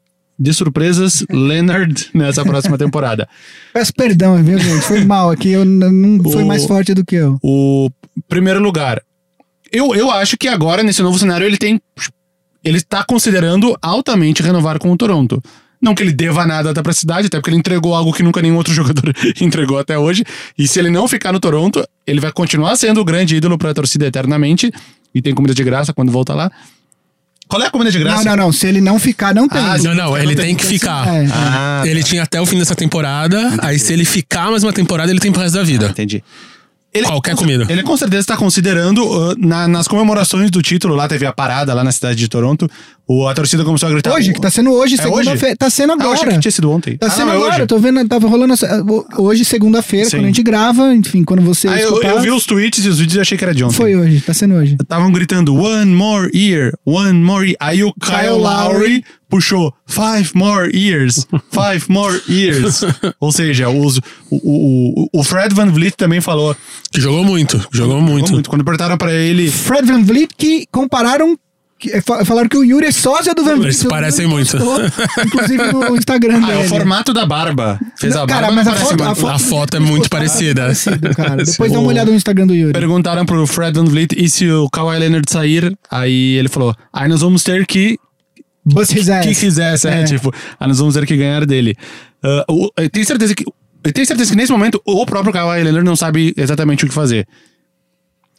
de surpresas Leonard nessa próxima temporada. Peço perdão, viu, gente? Foi mal aqui, eu n- não foi O- mais forte do que eu. O primeiro lugar, eu, eu acho que agora, nesse novo cenário, ele tem... Ele está considerando altamente renovar com o Toronto. Não que ele deva nada pra cidade, até porque ele entregou algo que nunca nenhum outro jogador entregou até hoje. E se ele não ficar no Toronto, ele vai continuar sendo o grande ídolo pra torcida eternamente. E tem comida de graça quando volta lá. Qual é a comida de graça? Não, não, não. Se ele não ficar, não tem. Ah, Não, não, ele tem que ficar. É, é. Ah, Ele tinha até o fim dessa temporada, aí se ele ficar mais uma temporada, ele tem pro resto da vida. entendi. Ele, Qualquer com- comida. Ele com certeza está considerando, uh, na- nas comemorações do título, lá teve a parada lá na cidade de Toronto, o, a torcida começou a gritar... Hoje, que tá sendo hoje, É segunda-feira. Tá sendo Ah, eu achei agora. que tinha sido ontem. Tá Ah, sendo não, é agora, hoje. eu tô vendo, tava rolando essa- hoje, segunda-feira, Sim. quando a gente grava, enfim, quando você Ah, eu, escutar, eu vi os tweets e os vídeos e achei que era de ontem. foi hoje, tá sendo hoje. Estavam gritando, one more year, one more year. Aí o Kyle, Kyle Lowry Lowry puxou, five more years, five more years. Ou seja, os, o, o, o Fred VanVleet também falou. Que jogou muito, jogou muito. Quando perguntaram pra ele... Fred VanVleet, que compararam, que, fa- falaram que o Yuri é sósia do VanVleet. Eles parecem muito. Inclusive no Instagram Ah, dele. é o formato da barba. Fez a Não, barba, cara, mas a parece foto, uma- a foto, A foto é muito parecida. parecido, cara. Depois Sim. dá uma olhada no Instagram do Yuri. Perguntaram pro Fred VanVleet e se o Kawhi Leonard sair, aí ele falou, aí nós vamos ter que Bust his ass. que quisesse, é, É. tipo, aí nós vamos ter que ganhar dele. Ah, o- eu tenho certeza que eu tenho certeza que nesse momento o próprio Kawhi Leonard não sabe exatamente o que fazer.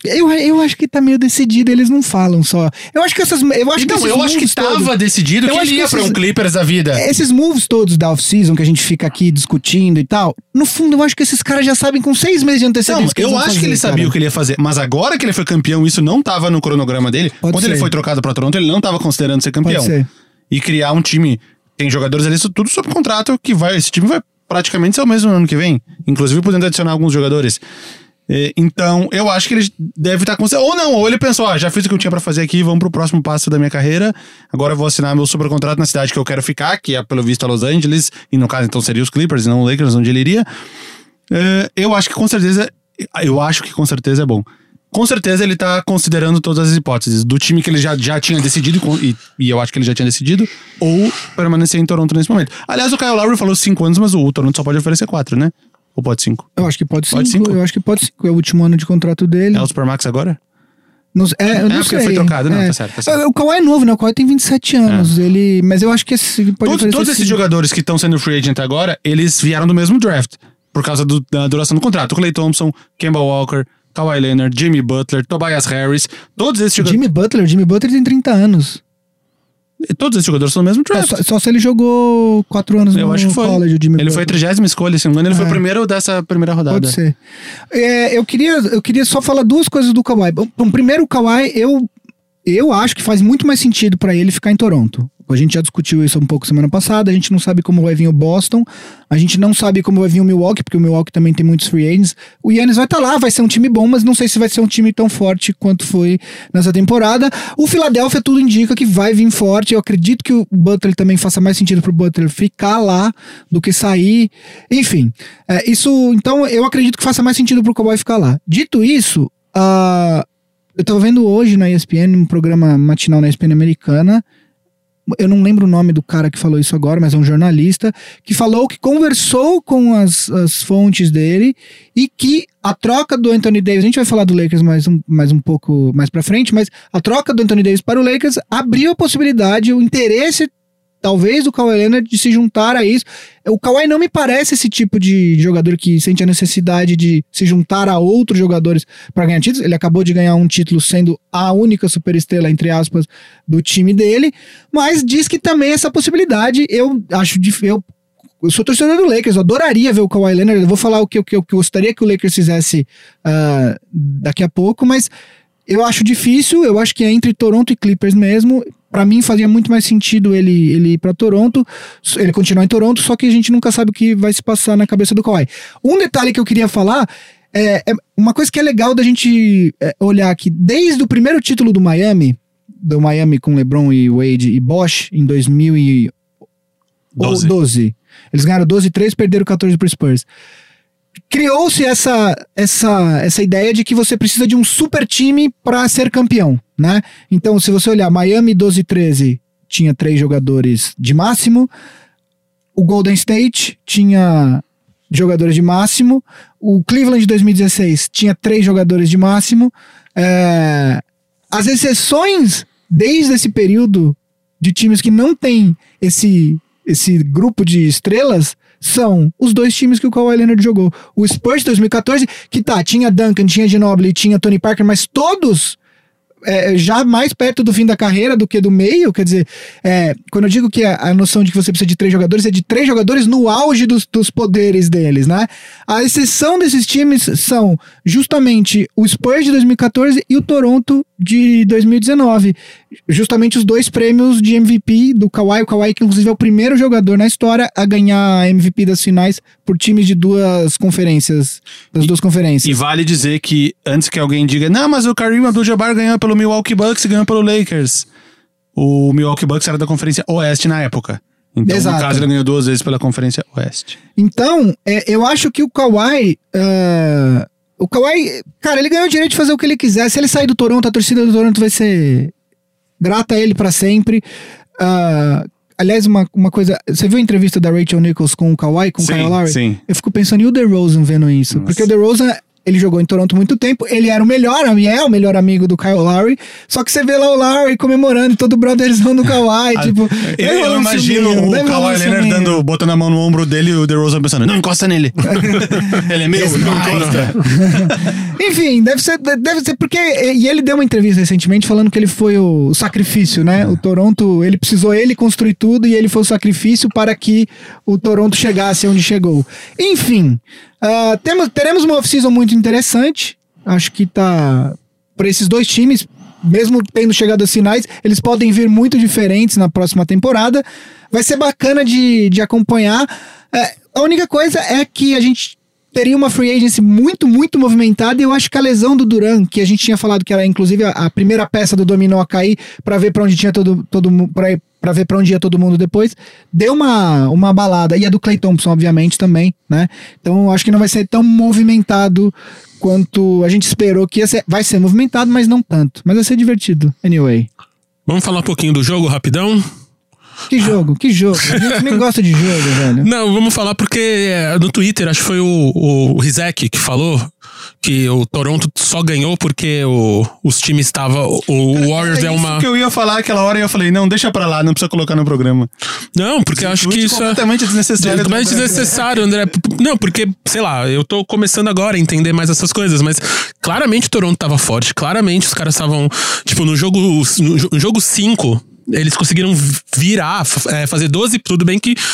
Eu, eu acho que tá meio decidido, eles não falam só. Eu acho que essas. Eu acho então, que eu acho que tava todos, decidido que ele ia pra um Clippers da vida. Esses moves todos da off-season que a gente fica aqui discutindo e tal, no fundo eu acho que esses caras já sabem com seis meses de antecedência. Não, que eu eles acho fazer, que ele sabia cara. o que ele ia fazer. Mas agora que ele foi campeão, isso não tava no cronograma dele. Pode Quando ser. ele foi trocado pra Toronto, ele não tava considerando ser campeão. Pode ser. E criar um time. Tem jogadores ali, isso tudo sob contrato, que vai. Esse time vai praticamente ser o mesmo no ano que vem. Inclusive podendo adicionar alguns jogadores. Então, eu acho que ele deve estar com... Ou não, ou ele pensou, ah, já fiz o que eu tinha pra fazer aqui, vamos pro próximo passo da minha carreira, agora eu vou assinar meu super contrato na cidade que eu quero ficar, que é, pelo visto, a Los Angeles, e no caso, então, seria os Clippers e não o Lakers, onde ele iria. Eu acho que com certeza... Eu acho que com certeza é bom. Com certeza ele tá considerando todas as hipóteses, do time que ele já, já tinha decidido, e, e eu acho que ele já tinha decidido, ou permanecer em Toronto nesse momento. Aliás, o Kyle Lowry falou cinco anos, mas o Toronto só pode oferecer quatro, né? Ou pode cinco? Eu acho que pode cinco. Pode cinco? Eu acho que pode cinco. É o último ano de contrato dele. É o Supermax agora? Não, é, eu não é porque sei. ele foi trocado, não, é. tá certo, tá certo. O Kawhi é novo, né? O Kawhi tem vinte e sete anos. É. Ele, mas eu acho que esse pode Todos, todos esses cinco. jogadores que estão sendo free agent agora, eles vieram do mesmo draft, por causa do, da duração do contrato. Klay Thompson, Kemba Walker, Kawhi Leonard, Jimmy Butler, Tobias Harris, todos esses jogadores... Jimmy Butler, Jimmy Butler tem trinta anos. Todos esses jogadores são do mesmo draft. É, só, só se ele jogou quatro anos Eu no acho que foi. college, o Jimmy Ele Butler. foi a trigésima escolha, se não me engano, ele É. foi o primeiro dessa primeira rodada. Pode ser. É, eu, queria, eu queria só falar duas coisas do Kawhi. Bom, primeiro, o Kawhi, eu, eu acho que faz muito mais sentido pra ele ficar em Toronto. A gente já discutiu isso um pouco semana passada, a gente não sabe como vai vir o Boston, a gente não sabe como vai vir o Milwaukee, porque o Milwaukee também tem muitos free agents. O Giannis vai estar lá, vai ser um time bom, mas não sei se vai ser um time tão forte quanto foi nessa temporada. O Philadelphia tudo indica que vai vir forte, eu acredito que o Butler também faça mais sentido pro Butler ficar lá do que sair. Enfim, é, isso, então eu acredito que faça mais sentido pro Kawhi ficar lá. Dito isso, uh, eu tava vendo hoje na E S P N, um programa matinal na E S P N americana. Eu não lembro o nome do cara que falou isso agora, mas é um jornalista, que falou que conversou com as, as fontes dele e que a troca do Anthony Davis, a gente vai falar do Lakers mais um, mais um pouco mais pra frente, mas a troca do Anthony Davis para o Lakers abriu a possibilidade, o interesse talvez do Kawhi Leonard de se juntar a isso. O Kawhi não me parece esse tipo de jogador que sente a necessidade de se juntar a outros jogadores para ganhar títulos. Ele acabou de ganhar um título sendo a única superestrela, entre aspas, do time dele, mas diz que também essa possibilidade, eu acho difícil. Eu, eu sou torcedor do Lakers, eu adoraria ver o Kawhi Leonard, eu vou falar o que eu, que eu, que eu gostaria que o Lakers fizesse uh, daqui a pouco, mas eu acho difícil, eu acho que é entre Toronto e Clippers mesmo. Pra mim fazia muito mais sentido ele, ele ir pra Toronto, ele continuar em Toronto, só que a gente nunca sabe o que vai se passar na cabeça do Kawhi. Um detalhe que eu queria falar é, é uma coisa que é legal da gente é, olhar aqui, desde o primeiro título do Miami, do Miami com LeBron e Wade e Bosh, em dois mil e doze. Eles ganharam doze e três, perderam quatorze pro Spurs. Criou-se essa, essa, essa ideia de que você precisa de um super time para ser campeão, né? Então, se você olhar, Miami doze e treze tinha três jogadores de máximo, o Golden State tinha jogadores de máximo, o Cleveland de dois mil e dezesseis tinha três jogadores de máximo. É... As exceções, desde esse período de times que não tem esse, esse grupo de estrelas, são os dois times que o Kawhi Leonard jogou. O Spurs de dois mil e quatorze, que tá, tinha Duncan, tinha Ginobili, tinha Tony Parker, mas todos é, já mais perto do fim da carreira do que do meio. Quer dizer, é, quando eu digo que a, a noção de que você precisa de três jogadores, é de três jogadores no auge dos, dos poderes deles, né? A exceção desses times são justamente o Spurs de dois mil e quatorze e o Toronto de dois mil e dezenove. Justamente os dois prêmios de M V P do Kawhi. O Kawhi, que inclusive é o primeiro jogador na história a ganhar M V P das finais por times de duas conferências, das duas conferências. E vale dizer que, antes que alguém diga, não, mas o Kareem Abdul-Jabbar ganhou pelo Milwaukee Bucks e ganhou pelo Lakers. O Milwaukee Bucks era da Conferência Oeste na época. Então, Exato. no caso, ele ganhou duas vezes pela Conferência Oeste. Então, é, eu acho que o Kawhi... Uh, o Kawhi, cara, ele ganhou o direito de fazer o que ele quiser. Se ele sair do Toronto, a torcida do Toronto vai ser grata a ele pra sempre. Uh, aliás, uma, uma coisa... Você viu a entrevista da Rachel Nichols com o Kawhi, com o Sim, Kyle Lowry? sim. Eu fico pensando, e o DeRozan vendo isso? Nossa. Porque o DeRozan ele jogou em Toronto muito tempo, ele era o melhor, e é o melhor amigo do Kyle Lowry, só que você vê lá o Lowry comemorando, todo o brotherzão do Kawhi, tipo... Eu, eu imagino o Kawhi Leonard dando, botando a mão no ombro dele e o DeRozan pensando, não encosta nele. Ele é meu, não encosta. Enfim, deve ser, deve ser porque... E ele deu uma entrevista recentemente falando que ele foi o sacrifício, né? O Toronto, ele precisou ele construir tudo e ele foi o sacrifício para que o Toronto chegasse onde chegou. Enfim... Uh, temos, teremos uma off-season muito interessante. Acho que tá... Para esses dois times, mesmo tendo chegado às finais, eles podem vir muito diferentes na próxima temporada. Vai ser bacana de, de acompanhar. Uh, a única coisa é que a gente teria uma free agency muito, muito movimentada. E eu acho que a lesão do Durant, que a gente tinha falado que era inclusive a, a primeira peça do dominó a cair, para ver para onde tinha todo todo pra, pra ver para onde ia todo mundo depois, deu uma, uma balada. E a do Klay Thompson, obviamente, também, né? Então, eu acho que não vai ser tão movimentado quanto a gente esperou que ia ser. Vai ser movimentado, mas não tanto. Mas vai ser divertido, anyway. Vamos falar um pouquinho do jogo, rapidão? Que jogo, que jogo. A gente nem gosta de jogo, velho. Não, vamos falar porque no Twitter, acho que foi o, o Rizek que falou que o Toronto só ganhou porque o, os times estavam... O, o Warriors é, é uma... Isso que eu ia falar aquela hora e eu falei, não, deixa pra lá, não precisa colocar no programa. Não, porque eu acho que isso é... completamente desnecessário. Completamente desnecessário, André. Não, porque, sei lá, eu tô começando agora a entender mais essas coisas, mas claramente o Toronto tava forte, claramente os caras estavam, tipo, no jogo no jogo cinco, eles conseguiram virar, é, fazer doze, tudo bem que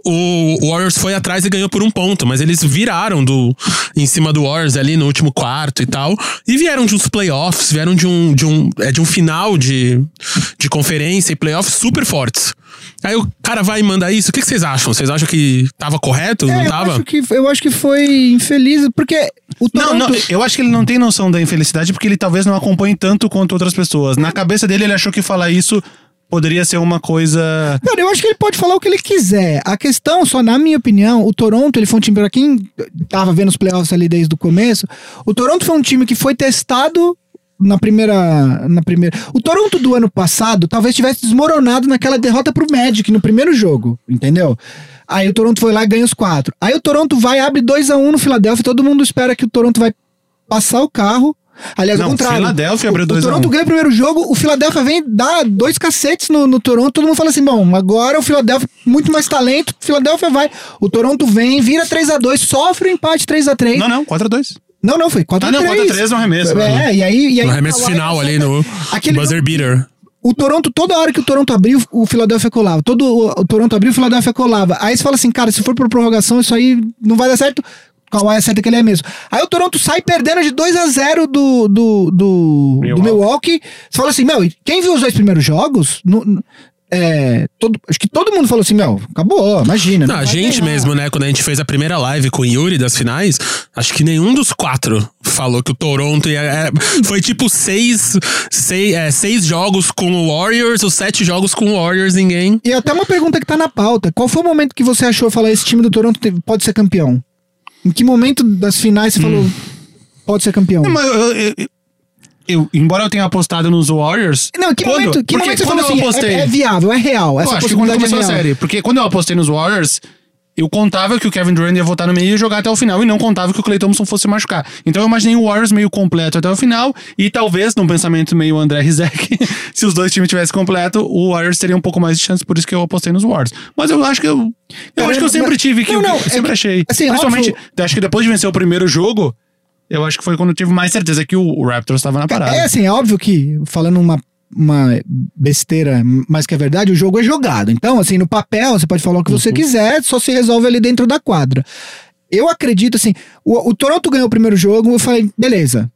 o Warriors foi atrás e ganhou por um ponto, mas eles viraram do, em cima do Warriors ali no último quarto e tal, e vieram de uns playoffs, vieram de um, de um, é, de um final de, de conferência e playoffs super fortes. Aí o cara vai e manda isso, o que, que vocês acham? Vocês acham que tava correto? É, não tava? Eu acho, que, eu acho que foi infeliz, porque o Toronto... Não, não, eu acho que ele não tem noção da infelicidade, porque ele talvez não acompanhe tanto quanto outras pessoas. Na cabeça dele, ele achou que falar isso poderia ser uma coisa... Cara, eu acho que ele pode falar o que ele quiser. A questão, só na minha opinião, o Toronto, ele foi um time, pra quem tava vendo os playoffs ali desde o começo, o Toronto foi um time que foi testado na primeira, na primeira... O Toronto do ano passado talvez tivesse desmoronado naquela derrota pro Magic no primeiro jogo, entendeu? Aí o Toronto foi lá e ganha os quatro. Aí o Toronto vai, abre dois a um no Philadelphia, todo mundo espera que o Toronto vai passar o carro. Aliás, não, ao contrário. Philadelphia abriu dois a um. O Toronto ganha o primeiro jogo, o Philadelphia vem dar dois cacetes no, no Toronto, todo mundo fala assim, bom, agora o Philadelphia, muito mais talento, o Philadelphia vai. O Toronto vem, vira três a dois, sofre o empate três a três. Não, não, quatro a dois. Não, não, foi quatro a três. Ah, não, quatro a três no arremesso. É, e aí... E aí no arremesso Kawhi, final ali no aquele buzzer beater. O Toronto, toda hora que o Toronto abriu, o Philadelphia colava. Todo o, o Toronto abriu, o Philadelphia colava. Aí você fala assim, cara, se for por prorrogação, isso aí não vai dar certo. Kawhi acerta que ele é mesmo. Aí o Toronto sai perdendo de dois a zero do, do, do, Milwaukee. do Milwaukee. Você fala assim, meu, quem viu os dois primeiros jogos... No, É, todo, acho que todo mundo falou assim, meu, acabou, imagina. Não, não a gente ganhar. mesmo, né, quando a gente fez a primeira live com o Yuri das finais, acho que nenhum dos quatro falou que o Toronto ia, é, foi tipo seis, seis, é, seis jogos com o Warriors ou sete jogos com o Warriors, ninguém. E até uma pergunta que tá na pauta, qual foi o momento que você achou falar esse time do Toronto pode ser campeão? Em que momento das finais você hum. falou pode ser campeão? Não, mas eu, eu, eu... Eu, embora eu tenha apostado nos Warriors... Não, que quando, momento, que momento você falou assim, apostei, é, é viável, é real, essa possibilidade é real. A série, porque quando eu apostei nos Warriors, eu contava que o Kevin Durant ia voltar no meio e jogar até o final, e não contava que o Klay Thompson fosse machucar. Então eu imaginei o Warriors meio completo até o final, e talvez, num pensamento meio André Rizek, se os dois times tivessem completo, o Warriors teria um pouco mais de chance, por isso que eu apostei nos Warriors. Mas eu acho que eu... Eu Cara, acho que eu sempre tive, que não, não, eu sempre é, achei. Assim, Principalmente, óbvio, acho que depois de vencer o primeiro jogo... Eu acho que foi quando eu tive mais certeza que o Raptors estava na parada. É assim, é óbvio que, falando uma, uma besteira, mas que é verdade, o jogo é jogado. Então, assim, no papel, você pode falar o que você uhum. quiser, só se resolve ali dentro da quadra. Eu acredito, assim, o, o Toronto ganhou o primeiro jogo, eu falei, beleza.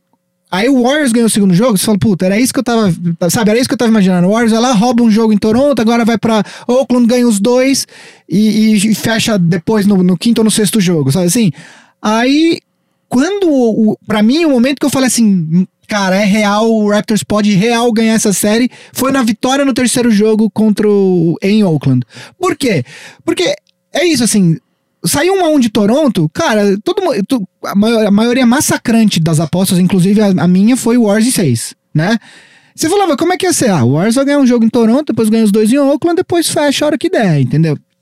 Aí o Warriors ganhou o segundo jogo, você fala, puta, era isso que eu tava, sabe, era isso que eu tava imaginando. O Warriors vai lá, rouba um jogo em Toronto, agora vai pra Oakland, ganha os dois e, e fecha depois no, no quinto ou no sexto jogo, sabe assim? Aí... Quando, o, pra mim, o momento que eu falei assim, cara, é real, o Raptors pode real ganhar essa série, foi na vitória no terceiro jogo contra o, em Oakland. Por quê? Porque é isso, assim, saiu um a um de Toronto, cara, todo, a, maior, a maioria massacrante das apostas, inclusive a, a minha, foi o Warriors em seis, né? Você falava, como é que ia ser? Ah, o Warriors vai ganhar um jogo em Toronto, depois ganha os dois em Oakland, depois fecha a hora que der, entendeu?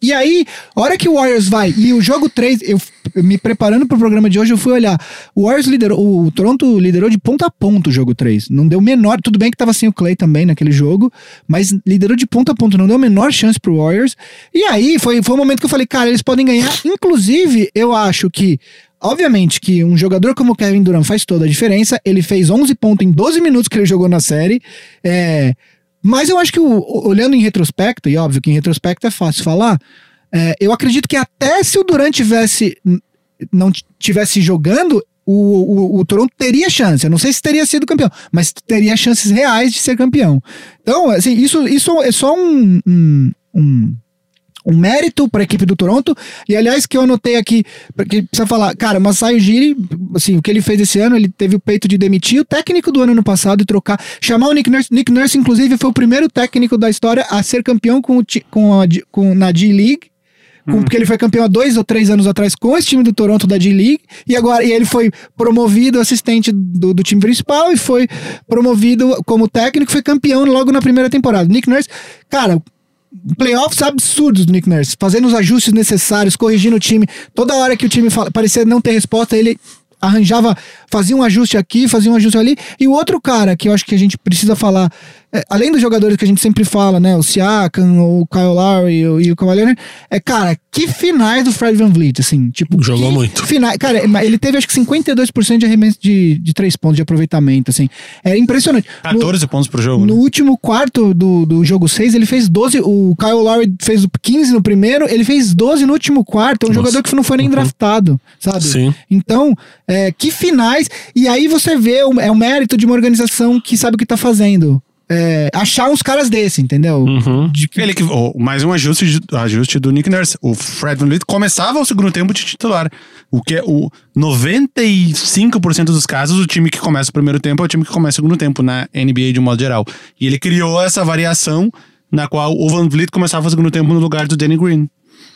E aí, a hora que o Warriors vai, e o jogo três, eu, eu me preparando pro programa de hoje, eu fui olhar, o Warriors liderou, o Toronto liderou de ponta a ponta o jogo três, não deu menor, tudo bem que tava sem o Klay também naquele jogo, mas liderou de ponta a ponta, não deu a menor chance pro Warriors, e aí foi, foi um momento que eu falei, cara, eles podem ganhar, inclusive, eu acho que obviamente que um jogador como o Kevin Durant faz toda a diferença, ele fez onze pontos em doze minutos que ele jogou na série, é, mas eu acho que o, olhando em retrospecto, e óbvio que em retrospecto é fácil falar, é, eu acredito que até se o Durant tivesse, não tivesse jogando, o, o, o Toronto teria chance, eu não sei se teria sido campeão, mas teria chances reais de ser campeão. Então, assim, isso, isso é só um... um, um um mérito para a equipe do Toronto, e aliás que eu anotei aqui, porque precisa falar, cara, Masai Ujiri, assim, o que ele fez esse ano, ele teve o peito de demitir o técnico do ano, ano passado e trocar, chamar o Nick Nurse, Nick Nurse inclusive foi o primeiro técnico da história a ser campeão com, o, com, a, com na G-League, com, hum. porque ele foi campeão há dois ou três anos atrás com esse time do Toronto da G-League, e agora e ele foi promovido assistente do, do time principal e foi promovido como técnico, foi campeão logo na primeira temporada. Nick Nurse, cara, playoffs absurdos do Nick Nurse, fazendo os ajustes necessários, corrigindo o time, toda hora que o time fala, parecia não ter resposta, ele arranjava, fazia um ajuste aqui, fazia um ajuste ali, e o outro cara que eu acho que a gente precisa falar, é, além dos jogadores que a gente sempre fala, né, o Siakam, o Kyle Lowry e o, e o Kawhi Leonard, é, cara, que finais do Fred VanVleet, assim, tipo... Jogou muito. Finais, cara, ele teve acho que cinquenta e dois por cento de arremesso de, de três pontos de aproveitamento, assim, é impressionante. quatorze no, pontos pro jogo. No né? último quarto do, do jogo seis, ele fez doze, o Kyle Lowry fez quinze no primeiro, ele fez doze no último quarto, é um Nossa. jogador que não foi nem uhum. draftado, sabe? Sim. Então, é, que finais, e aí você vê, é o mérito de uma organização que sabe o que tá fazendo. É, achar uns caras desse, entendeu? Uhum. De que... Ele que, oh, mais um ajuste, ajuste do Nick Nurse. O Fred VanVleet começava o segundo tempo de titular. O que é o noventa e cinco por cento dos casos, o time que começa o primeiro tempo é o time que começa o segundo tempo na N B A de um modo geral. E ele criou essa variação na qual o VanVleet começava o segundo tempo no lugar do Danny Green.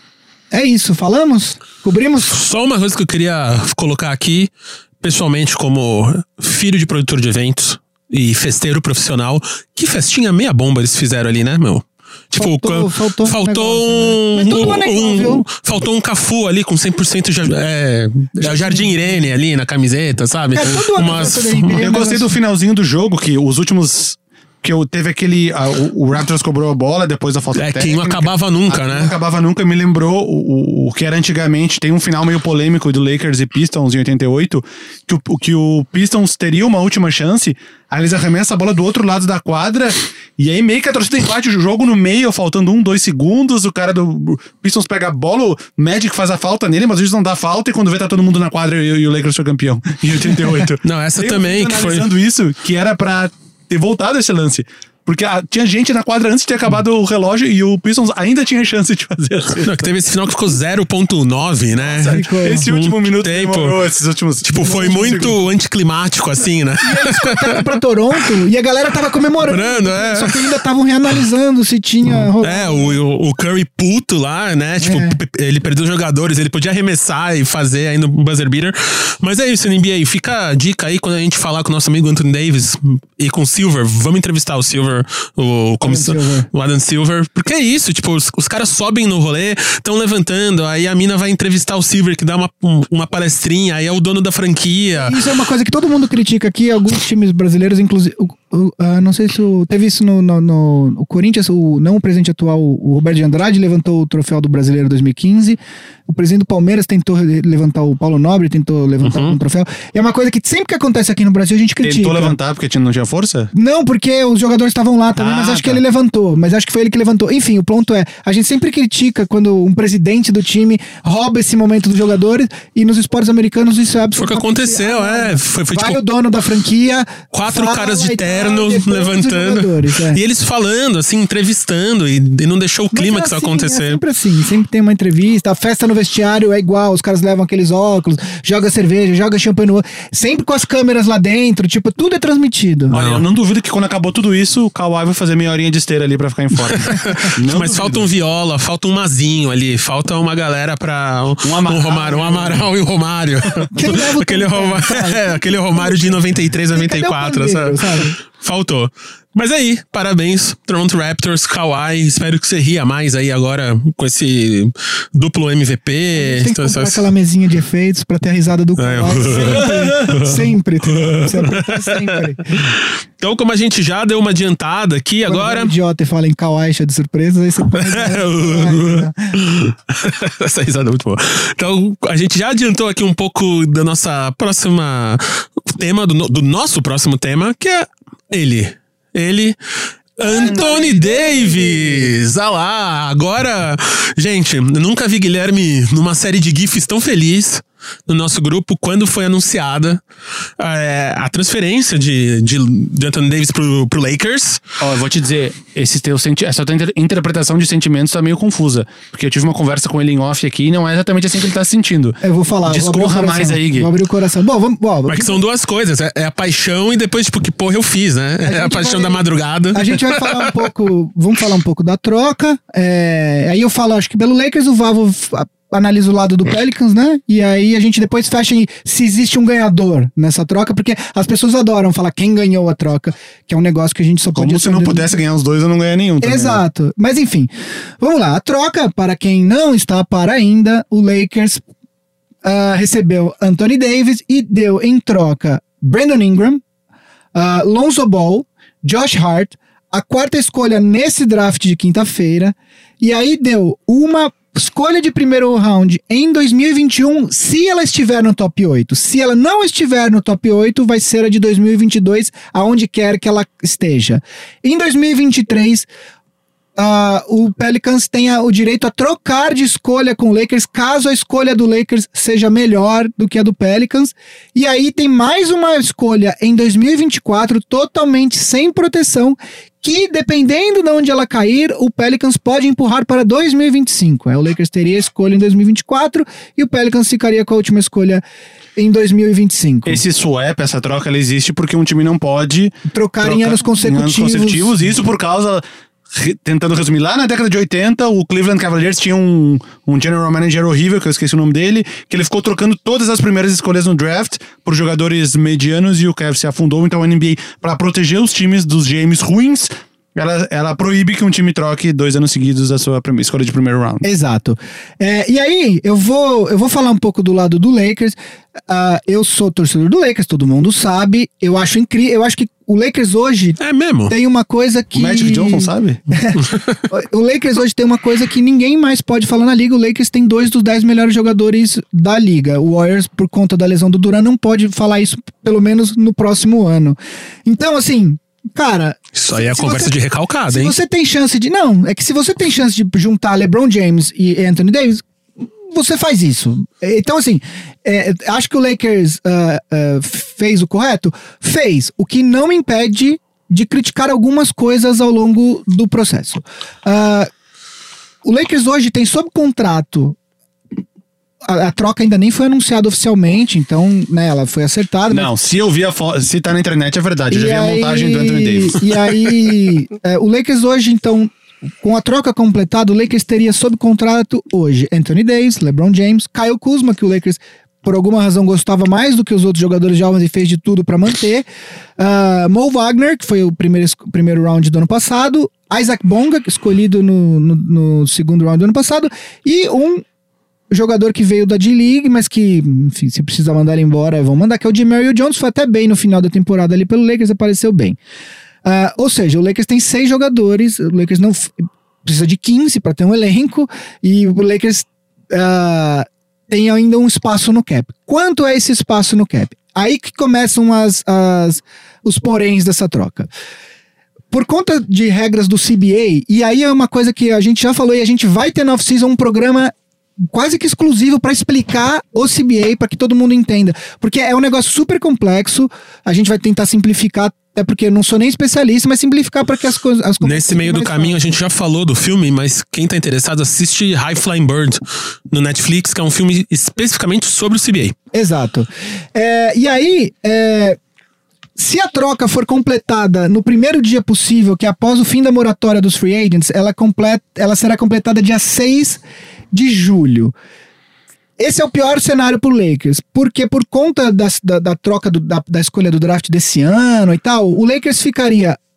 É isso, falamos? Cobrimos? Só uma coisa que eu queria colocar aqui, pessoalmente, como filho de produtor de eventos e festeiro profissional, que festinha meia bomba eles fizeram ali, né, meu? Tipo, faltou, faltou, faltou um, um, um, um faltou um Cafu ali com cem por cento de é, Jardim Irene ali na camiseta, sabe? É, todo Umas, uma... Eu gostei do finalzinho do jogo, que os últimos... Que eu teve aquele... A, o, o Raptors cobrou a bola depois da falta é, técnica. É, que não acabava nunca, a, né? Não acabava nunca. Me lembrou o, o, o que era antigamente. Tem um final meio polêmico do Lakers e Pistons em oitenta e oito. Que o, que o Pistons teria uma última chance. Aí eles arremessam a bola do outro lado da quadra. E aí meio que a torcida empate o jogo no meio, faltando um, dois segundos. O cara do Pistons pega a bola, o Magic faz a falta nele, mas às vezes não dá falta. E quando vê tá todo mundo na quadra e, e o Lakers foi campeão em oitenta e oito. Não, essa eu também que foi... analisando isso, que era pra ter voltado esse lance. Porque ah, tinha gente na quadra antes de ter acabado o relógio e o Pistons ainda tinha chance de fazer assim. Não, que teve esse final que ficou zero ponto nove, né? Nossa, esse último um minuto tempo, demorou, esses últimos... Tipo, foi muito segundos. Anticlimático, assim, né? E eles contaram pra Toronto e a galera tava comemorando. É. Só que ainda estavam reanalisando se tinha... É, o, o Curry puto lá, né? Tipo, é. ele perdeu os jogadores, ele podia arremessar e fazer ainda um buzzer beater. Mas é isso, N B A. Fica a dica aí quando a gente falar com o nosso amigo Anthony Davis e com o Silver. Vamos entrevistar o Silver, o Como Adam o Adam Silver, porque é isso, tipo, os, os caras sobem no rolê, estão levantando, aí a mina vai entrevistar o Silver, que dá uma, uma palestrinha, aí é o dono da franquia. Isso é uma coisa que todo mundo critica aqui, alguns times brasileiros, inclusive, uh, uh, não sei se o, teve isso no, no, no o Corinthians, o, não o presidente atual, o Roberto de Andrade, levantou o troféu do Brasileiro dois mil e quinze, o presidente do Palmeiras tentou levantar, o Paulo Nobre tentou levantar uhum. um troféu, e é uma coisa que sempre que acontece aqui no Brasil a gente critica. Tentou levantar porque não tinha força? Não, porque os jogadores estavam lá também, ah, mas acho tá. que ele levantou, mas acho que foi ele que levantou. Enfim, o ponto é, a gente sempre critica quando um presidente do time rouba esse momento dos jogadores, e nos esportes americanos isso é absolutamente... Foi o que aconteceu, é. Foi, foi vai tipo, o dono da franquia... Quatro caras de terno levantando. É. E eles falando, assim, entrevistando, e, e não deixou o clima é que isso assim, acontecer. É sempre assim, sempre tem uma entrevista, a festa no vestiário é igual, os caras levam aqueles óculos, joga cerveja, joga champanhe no outro, sempre com as câmeras lá dentro, tipo, tudo é transmitido. Olha, eu não duvido que quando acabou tudo isso, o Kawhi vai fazer meia horinha de esteira ali pra ficar em forma. Mas duvido. Falta um Viola, falta um Mazinho ali, falta uma galera pra... Um, um Amaral, um, Romário, um Amaral e o Romário. aquele, Roma, é, aquele Romário de noventa e três, noventa e quatro, sabe? sabe? Faltou. Mas aí, parabéns, Toronto Raptors, Kawhi. Espero que você ria mais aí agora com esse duplo M V P. Tem que então, comprar essas... aquela mesinha de efeitos pra ter a risada do É, Kawhi. Sempre. Sempre. sempre. Então, como a gente já deu uma adiantada aqui Quando agora. é um idiota e fala em Kawhi cheio de surpresas, aí você pode. Essa risada é muito boa. Então, a gente já adiantou aqui um pouco da nossa próxima tema, do, do nosso próximo tema, que é ele. Ele, Anthony Davis! Ah lá, agora... Gente, eu nunca vi Guilherme numa série de GIFs tão feliz no nosso grupo quando foi anunciada é, a transferência de, de, de Anthony Davis pro, pro Lakers. Ó, eu vou te dizer, esse teu senti- essa tua inter- interpretação de sentimentos tá meio confusa. Porque eu tive uma conversa com ele em off aqui e não é exatamente assim que ele tá se sentindo. Eu vou falar. Discorra vou abrir o coração, mais aí, Gui. Vou abrir o coração. Bom, vamos. Bom, Mas que são duas coisas, é, é a paixão e depois, tipo, que porra eu fiz, né? A É a gente paixão vai- da madrugada. A gente vai falar um pouco. Vamos falar um pouco da troca. É, aí eu falo, acho que pelo Lakers, o Vavo a- analisa o lado do Pelicans, né? E aí a gente depois fecha em se existe um ganhador nessa troca, porque as pessoas adoram falar quem ganhou a troca, que é um negócio que a gente só Como podia se não saber- pudesse ganhar os dois, eu não ganhar nenhum. também, né? Exato. Mas enfim, vamos lá. A troca, para quem não está para ainda, o Lakers ah, recebeu Anthony Davis e deu em troca Brandon Ingram, ah, Lonzo Ball, Josh Hart, a quarta escolha nesse draft de quinta-feira, e aí deu uma escolha de primeiro round em dois mil e vinte e um, se ela estiver no top oito. Se ela não estiver no top oito, vai ser a de dois mil e vinte e dois, aonde quer que ela esteja. Em dois mil e vinte e três, Uh, o Pelicans tenha o direito a trocar de escolha com o Lakers, caso a escolha do Lakers seja melhor do que a do Pelicans. E aí tem mais uma escolha em dois mil e vinte e quatro, totalmente sem proteção, que dependendo de onde ela cair, o Pelicans pode empurrar para dois mil e vinte e cinco. É, o Lakers teria a escolha em dois mil e vinte e quatro e o Pelicans ficaria com a última escolha em dois mil e vinte e cinco. Esse swap, essa troca, ela existe porque um time não pode Trocar em trocar anos consecutivos. Em anos consecutivos. Isso por causa... re- Tentando resumir, lá na década de oitenta, o Cleveland Cavaliers tinha um, um general manager horrível, que eu esqueci o nome dele, que ele ficou trocando todas as primeiras escolhas no draft por jogadores medianos e o Cavs se afundou. Então a N B A, para proteger os times dos G Ms ruins, ela, ela proíbe que um time troque dois anos seguidos a sua prime- escolha de primeiro round. Exato. É, e aí, eu vou, eu vou falar um pouco do lado do Lakers. Ah, eu sou torcedor do Lakers, todo mundo sabe. Eu acho incrível. Eu acho que o Lakers hoje É mesmo? tem uma coisa que. O Magic Johnson sabe? O Lakers hoje tem uma coisa que ninguém mais pode falar na liga. O Lakers tem dois dos dez melhores jogadores da liga. O Warriors, por conta da lesão do Durant, não pode falar isso, pelo menos no próximo ano. Então, assim, cara. Isso aí é se conversa você- de recalcada, Se hein? você tem chance de. Não, é que se você tem chance de juntar LeBron James e Anthony Davis, você faz isso. Então, assim, é, acho que o Lakers ah, ah, fez o correto? Fez. O que não me impede de criticar algumas coisas ao longo do processo. Ah, o Lakers hoje tem sob contrato. A, a troca ainda nem foi anunciada oficialmente, então, né, ela foi acertada. mas- Não, se eu vi a foto, se tá na internet é verdade. Eu já e vi a aí- montagem do Anthony Davis. E aí, é, o Lakers hoje, então, com a troca completada, o Lakers teria sob contrato hoje Anthony Davis, LeBron James, Kyle Kuzma, que o Lakers, por alguma razão, gostava mais do que os outros jogadores jovens e fez de tudo pra manter. Ah, Mo Wagner, que foi o primeiro, es- primeiro round do ano passado. Isaac Bonga, escolhido no, no, no segundo round do ano passado. E um jogador que veio da D-League, mas que, enfim, se precisa mandar ele embora, vão mandar, que é o Jamario Jones. Foi até bem no final da temporada ali pelo Lakers, apareceu bem. Ah, ou seja, o Lakers tem seis jogadores, o Lakers não f- precisa de quinze para ter um elenco, e o Lakers ah, tem ainda um espaço no cap. Quanto é esse espaço no cap? Aí que começam as, as, os poréns dessa troca. Por conta de regras do C B A, e aí é uma coisa que a gente já falou, e a gente vai ter na off-season um programa quase que exclusivo para explicar o C B A, para que todo mundo entenda. Porque é um negócio super complexo, a gente vai tentar simplificar, até porque eu não sou nem especialista, mas simplificar para que as coisas... as coisas Nesse meio do mais caminho, a fáceis. gente já falou do filme, mas quem tá interessado, assiste High Flying Bird no Netflix, que é um filme especificamente sobre o C B A. Exato. É, e aí, é, se a troca for completada no primeiro dia possível, que é após o fim da moratória dos free agents, ela, completa, ela será completada dia seis de julho. Esse é o pior cenário pro Lakers, porque por conta das- da, da troca do- da, da escolha do draft desse ano e tal, o Lakers ficaria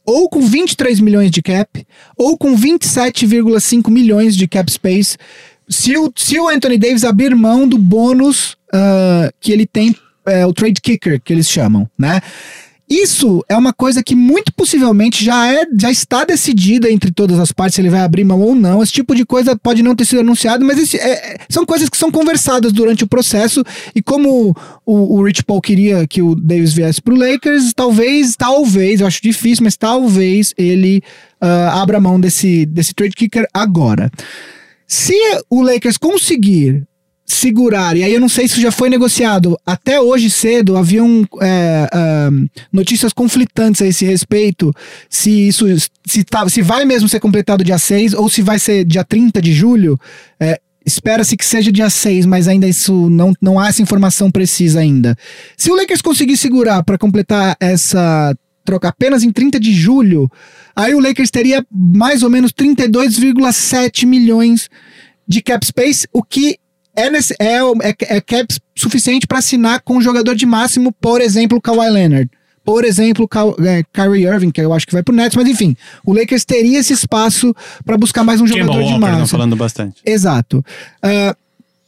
ou com vinte e três milhões de cap, ou com vinte e sete vírgula cinco milhões de cap space, se o, se o Anthony Davis abrir mão do bônus uh, que ele tem, é, o trade kicker, que eles chamam, né? Isso é uma coisa que muito possivelmente já, é, já está decidida entre todas as partes, se ele vai abrir mão ou não. Esse tipo de coisa pode não ter sido anunciado, mas esse, é, são coisas que são conversadas durante o processo. E como o, o Rich Paul queria que o Davis viesse para o Lakers, talvez, talvez, eu acho difícil, mas talvez ele uh, abra mão desse, desse trade kicker agora. Se o Lakers conseguir segurar, e aí eu não sei se já foi negociado, até hoje cedo haviam é, é, notícias conflitantes a esse respeito, se isso se, tá, se vai mesmo ser completado dia seis ou se vai ser dia trinta de julho. É, espera-se que seja dia seis, mas ainda isso não, não há essa informação precisa ainda. Se o Lakers conseguir segurar para completar essa troca apenas em trinta de julho, aí o Lakers teria mais ou menos trinta e dois vírgula sete milhões de cap space, o que É, nesse, é, é, é cap suficiente para assinar com um jogador de máximo, por exemplo, Kawhi Leonard. Por exemplo, Ka, é, Kyrie Irving, que eu acho que vai pro Nets, mas enfim, o Lakers teria esse espaço para buscar mais um jogador Walker, de máximo. Não, falando bastante. Exato. Uh,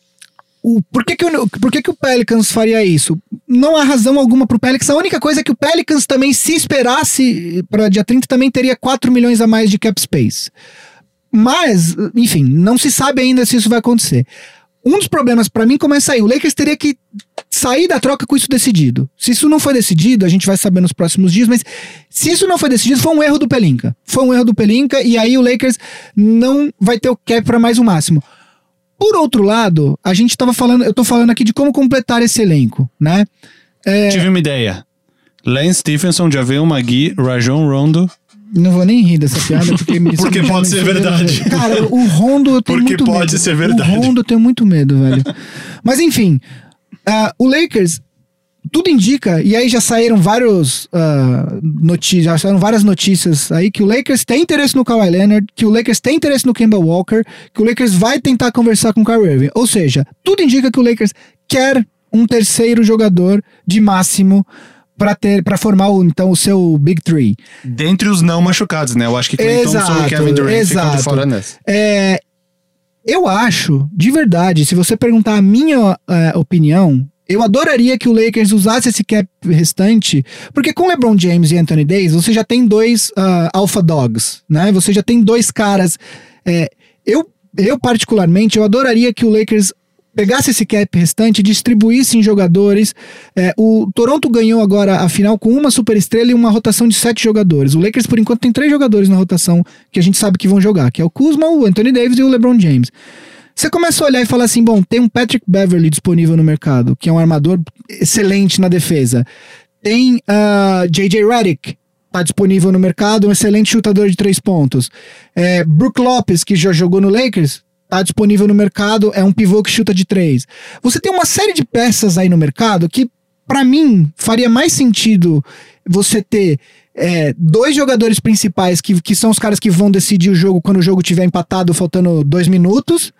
o, por que que, eu, por que que o Pelicans faria isso? Não há razão alguma pro Pelicans. A única coisa é que o Pelicans também, se esperasse para dia trinta, também teria quatro milhões a mais de cap space. Mas, enfim, não se sabe ainda se isso vai acontecer. Um dos problemas pra mim começa aí. O Lakers teria que sair da troca com isso decidido. Se isso não foi decidido, a gente vai saber nos próximos dias, mas se isso não foi decidido, foi um erro do Pelinka. Foi um erro do Pelinka e aí o Lakers não vai ter o cap pra mais o máximo. Por outro lado, a gente tava falando, eu tô falando aqui de como completar esse elenco, né? É... Tive uma ideia. Lance Stephenson, Javel McGee, Rajon Rondo. Não vou nem rir dessa piada, porque... Me porque pode ser verdade. Cara, o Rondo eu tenho porque muito medo. Porque pode ser verdade. O Rondo eu tenho muito medo, velho. Mas enfim, uh, o Lakers, tudo indica, e aí já saíram vários uh, notícias, já saíram várias notícias aí que o Lakers tem interesse no Kawhi Leonard, que o Lakers tem interesse no Kemba Walker, que o Lakers vai tentar conversar com o Kyrie Irving. Ou seja, tudo indica que o Lakers quer um terceiro jogador de máximo para ter, para formar o, então o seu Big Three. Dentre os não machucados, né? Eu acho que Klay Thompson e Kevin Durant ficam de fora nessa. É, eu acho, de verdade, se você perguntar a minha uh, opinião, eu adoraria que o Lakers usasse esse cap restante, porque com LeBron James e Anthony Davis, você já tem dois uh, alpha dogs, né? Você já tem dois caras. É, eu, eu, particularmente, eu adoraria que o Lakers pegasse esse cap restante e distribuísse em jogadores. É, o Toronto ganhou agora a final com uma superestrela e uma rotação de sete jogadores. O Lakers, por enquanto, tem três jogadores na rotação que a gente sabe que vão jogar, que é o Kuzma, o Anthony Davis e o LeBron James. Você começa a olhar e falar assim, bom, tem um Patrick Beverley disponível no mercado, que é um armador excelente na defesa. Tem uh, J J Redick, tá disponível no mercado, um excelente chutador de três pontos. É, Brook Lopes, que já jogou no Lakers, tá disponível no mercado, é um pivô que chuta de três. Você tem uma série de peças aí no mercado que, pra mim, faria mais sentido você ter é, dois jogadores principais que, que são os caras que vão decidir o jogo quando o jogo estiver empatado, faltando dois minutos,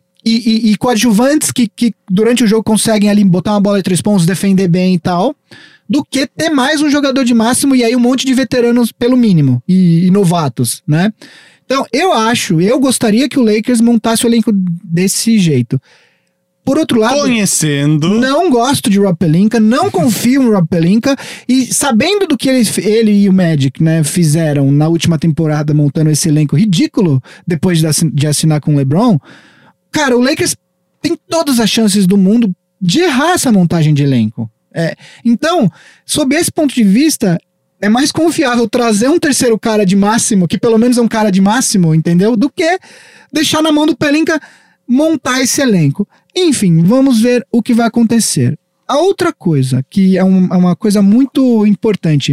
e, e, e coadjuvantes que, que durante o jogo conseguem ali botar uma bola de três pontos, defender bem e tal, do que ter mais um jogador de máximo e aí um monte de veteranos pelo mínimo, e, e novatos, né? Então, eu acho, eu gostaria que o Lakers montasse o elenco desse jeito. Por outro lado, conhecendo, não gosto de Rob Pelinka, não confio no Rob Pelinka, e sabendo do que ele, ele e o Magic, né, fizeram na última temporada montando esse elenco ridículo, depois de, de assinar com o LeBron, cara, o Lakers tem todas as chances do mundo de errar essa montagem de elenco. É, então, sob esse ponto de vista, é mais confiável trazer um terceiro cara de máximo, que pelo menos é um cara de máximo, entendeu? Do que deixar na mão do Pelinka montar esse elenco. Enfim, vamos ver o que vai acontecer. A outra coisa, que é, um, é uma coisa muito importante.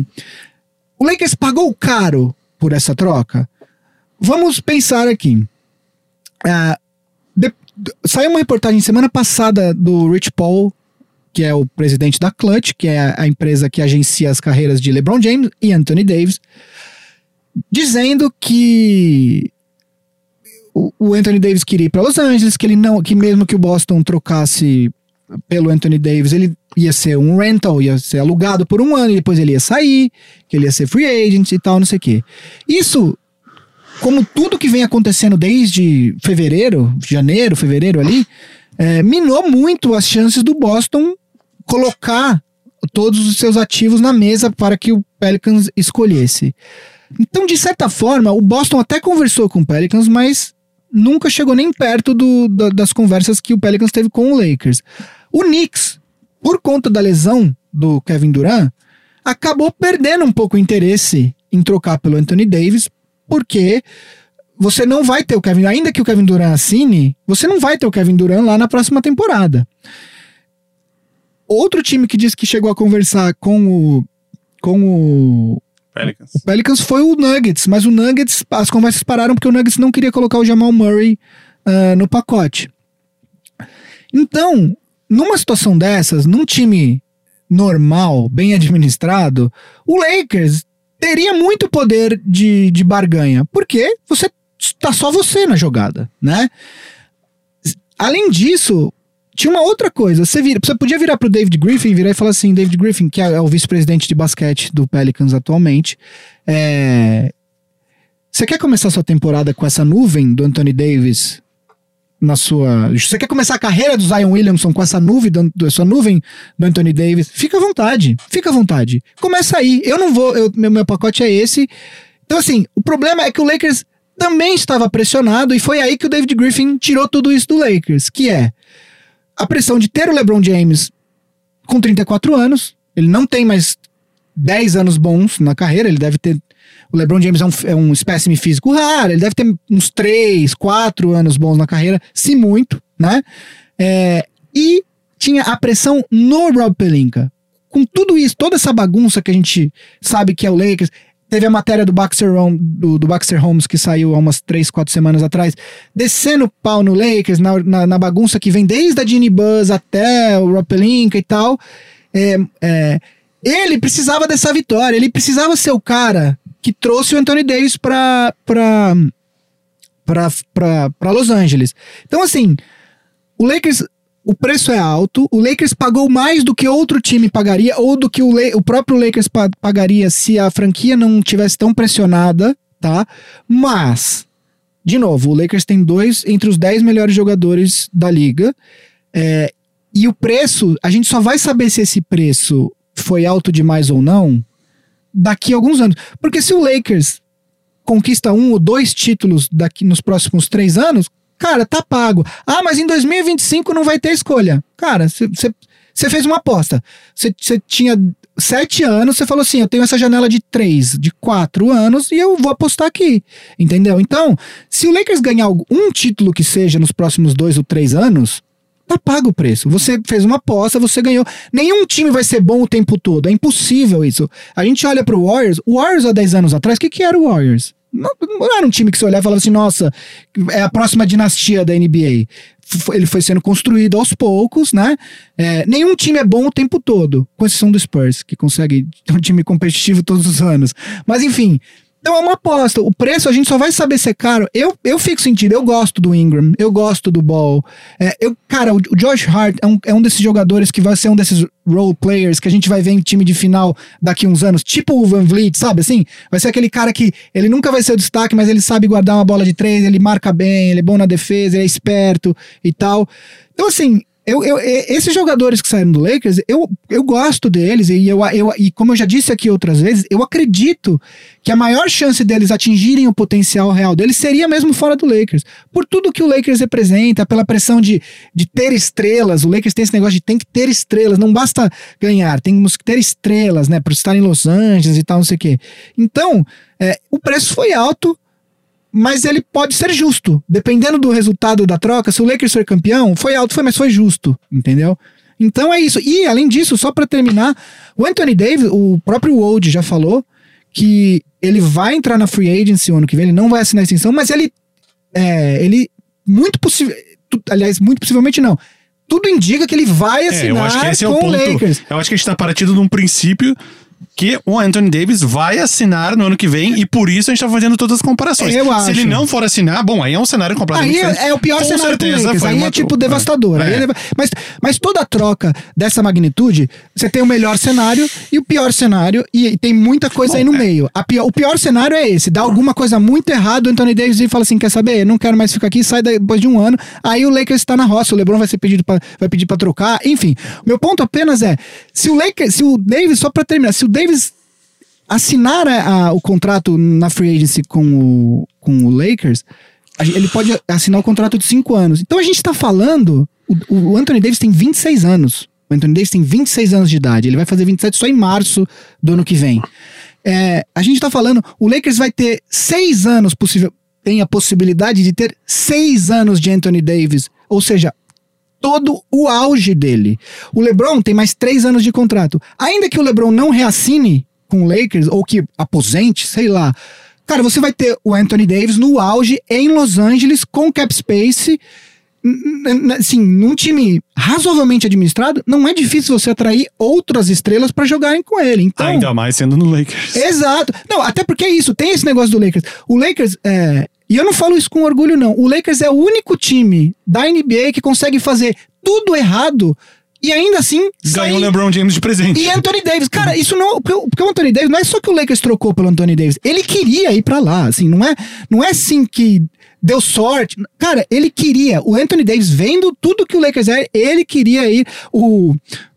O Lakers pagou caro por essa troca? Vamos pensar aqui. Uh, de, de, saiu uma reportagem semana passada do Rich Paul, que é o presidente da Clutch, que é a empresa que agencia as carreiras de LeBron James e Anthony Davis, dizendo que o Anthony Davis queria ir para Los Angeles, que ele não, que mesmo que o Boston trocasse pelo Anthony Davis, ele ia ser um rental, ia ser alugado por um ano e depois ele ia sair, que ele ia ser free agent e tal, não sei o quê. Isso, como tudo que vem acontecendo desde fevereiro, janeiro, fevereiro ali, é, minou muito as chances do Boston colocar todos os seus ativos na mesa para que o Pelicans escolhesse. Então, de certa forma, o Boston até conversou com o Pelicans, mas nunca chegou nem perto do, da, das conversas que o Pelicans teve com o Lakers. O Knicks, por conta da lesão do Kevin Durant, acabou perdendo um pouco o interesse em trocar pelo Anthony Davis, porque você não vai ter o Kevin, ainda que o Kevin Durant assine, você não vai ter o Kevin Durant lá na próxima temporada. Outro time que disse que chegou a conversar com o com o Pelicans. O Pelicans foi o Nuggets, mas o Nuggets, as conversas pararam porque o Nuggets não queria colocar o Jamal Murray uh, no pacote. Então, numa situação dessas, num time normal, bem administrado, o Lakers teria muito poder de, de barganha, porque você tá só você na jogada, né? Além disso, tinha uma outra coisa, você, vira, você podia virar pro David Griffin, virar e falar assim, David Griffin, que é o vice-presidente de basquete do Pelicans atualmente, é, você quer começar sua temporada com essa nuvem do Anthony Davis na sua... Você quer começar a carreira do Zion Williamson com essa nuvem do, sua nuvem do Anthony Davis? Fica à vontade, fica à vontade. Começa aí, eu não vou, eu, meu, meu pacote é esse. Então assim, o problema é que o Lakers também estava pressionado e foi aí que o David Griffin tirou tudo isso do Lakers, que é a pressão de ter o LeBron James com trinta e quatro anos, ele não tem mais dez anos bons na carreira, ele deve ter... O LeBron James é um, é um espécime físico raro, ele deve ter uns três, quatro anos bons na carreira, se muito, né? É, e tinha a pressão no Rob Pelinka. Com tudo isso, toda essa bagunça que a gente sabe que é o Lakers... Teve a matéria do Baxter, do, do Baxter Holmes que saiu há umas três, quatro semanas atrás, descendo pau no Lakers, na, na, na bagunça que vem desde a Ginny Buzz até o Rob Pelinka e tal. É, é, ele precisava dessa vitória, ele precisava ser o cara que trouxe o Anthony Davis pra, pra, pra, pra, pra Los Angeles. Então assim, o Lakers... O preço é alto, o Lakers pagou mais do que outro time pagaria, ou do que o, La- o próprio Lakers pa- pagaria se a franquia não tivesse tão pressionada, tá? Mas, de novo, o Lakers tem dois entre os dez melhores jogadores da liga, é, e o preço, a gente só vai saber se esse preço foi alto demais ou não daqui a alguns anos. Porque se o Lakers conquista um ou dois títulos daqui nos próximos três anos, cara, tá pago. Ah, mas em dois mil e vinte e cinco não vai ter escolha. Cara, você fez uma aposta. Você tinha sete anos, você falou assim, eu tenho essa janela de três, de quatro anos e eu vou apostar aqui. Entendeu? Então, se o Lakers ganhar um título que seja nos próximos dois ou três anos, tá pago o preço. Você fez uma aposta, você ganhou. Nenhum time vai ser bom o tempo todo. É impossível isso. A gente olha pro Warriors. O Warriors há dez anos atrás, o que, que era o Warriors? Não, não era um time que você olhava e falava assim, nossa, é a próxima dinastia da N B A. Ele foi sendo construído aos poucos, né? É, nenhum time é bom o tempo todo, com exceção do Spurs, que consegue ter um time competitivo todos os anos. Mas enfim, então é uma aposta. O preço a gente só vai saber se é caro. Eu, eu fico sentindo, eu gosto do Ingram, eu gosto do Ball. É, eu, cara, o, o Josh Hart é um, é um desses jogadores que vai ser um desses role players que a gente vai ver em time de final daqui uns anos, tipo o Van Vliet, sabe assim? Vai ser aquele cara que ele nunca vai ser o destaque, mas ele sabe guardar uma bola de três, ele marca bem, ele é bom na defesa, ele é esperto e tal. Então assim, Eu, eu, esses jogadores que saíram do Lakers, eu, eu gosto deles, e, eu, eu, e como eu já disse aqui outras vezes, eu acredito que a maior chance deles atingirem o potencial real deles seria mesmo fora do Lakers. Por tudo que o Lakers representa, pela pressão de, de ter estrelas, o Lakers tem esse negócio de tem que ter estrelas, não basta ganhar, temos que ter estrelas, né, por estar em Los Angeles e tal, não sei o quê. Então, é, o preço foi alto, mas ele pode ser justo, dependendo do resultado da troca. Se o Lakers for campeão, foi alto, foi, mas foi justo, entendeu? Então é isso. E além disso, só pra terminar, o Anthony Davis, o próprio Woj já falou que ele vai entrar na free agency o ano que vem, ele não vai assinar a extensão, mas ele, é, ele muito possível, aliás, muito possivelmente não, tudo indica que ele vai assinar é, eu acho que esse com é o ponto, o Lakers. Eu acho que a gente tá partindo de um princípio que o Anthony Davis vai assinar no ano que vem e por isso a gente tá fazendo todas as comparações. Eu acho. Se ele não for assinar, bom, aí é um cenário completamente Aí diferente. é, é o pior Com cenário pro certeza Lakers. foi Aí uma é tipo troca. devastador. Aí É. ele vai- mas, mas toda troca dessa magnitude, você tem o melhor cenário e o pior cenário, e, e tem muita coisa Bom, aí no é. meio. A pior- o pior cenário é esse: dá alguma coisa muito errada, o Anthony Davis e fala assim: quer saber? Não quero mais ficar aqui, sai depois de um ano. Aí o Lakers tá na roça, o LeBron vai ser pedido pra, vai pedir pra trocar. Enfim, o meu ponto apenas é: se o Lakers, se o Davis, só pra terminar, se o Davis assinar a- a- o contrato na free agency com o, com o Lakers, a gen- ele pode assinar o contrato de cinco anos. Então a gente tá falando, o, o Anthony Davis tem vinte e seis anos. O Anthony Davis tem vinte e seis anos de idade. Ele vai fazer vinte e sete só em março do ano que vem. É, a gente tá falando, o Lakers vai ter seis anos possível, tem a possibilidade de ter seis anos de Anthony Davis. Ou seja, todo o auge dele. O LeBron tem mais três anos de contrato. Ainda que o LeBron não reassine com o Lakers, ou que aposente, sei lá. Cara, você vai ter o Anthony Davis no auge em Los Angeles, com cap space, n- n- assim, num time razoavelmente administrado, não é difícil você atrair outras estrelas pra jogarem com ele. Então, Ainda mais sendo no Lakers. exato. Não, até porque é isso, tem esse negócio do Lakers. O Lakers, é, e eu não falo isso com orgulho, não. O Lakers é o único time da N B A que consegue fazer tudo errado e ainda assim Ganhou o sair- LeBron James de presente. e Anthony Davis, cara, isso não, porque, o- porque o Anthony Davis não é só que o Lakers trocou pelo Anthony Davis, ele queria ir pra lá, assim, não é, não é assim que deu sorte, cara, ele queria, o Anthony Davis vendo tudo que o Lakers é, ele queria ir, o,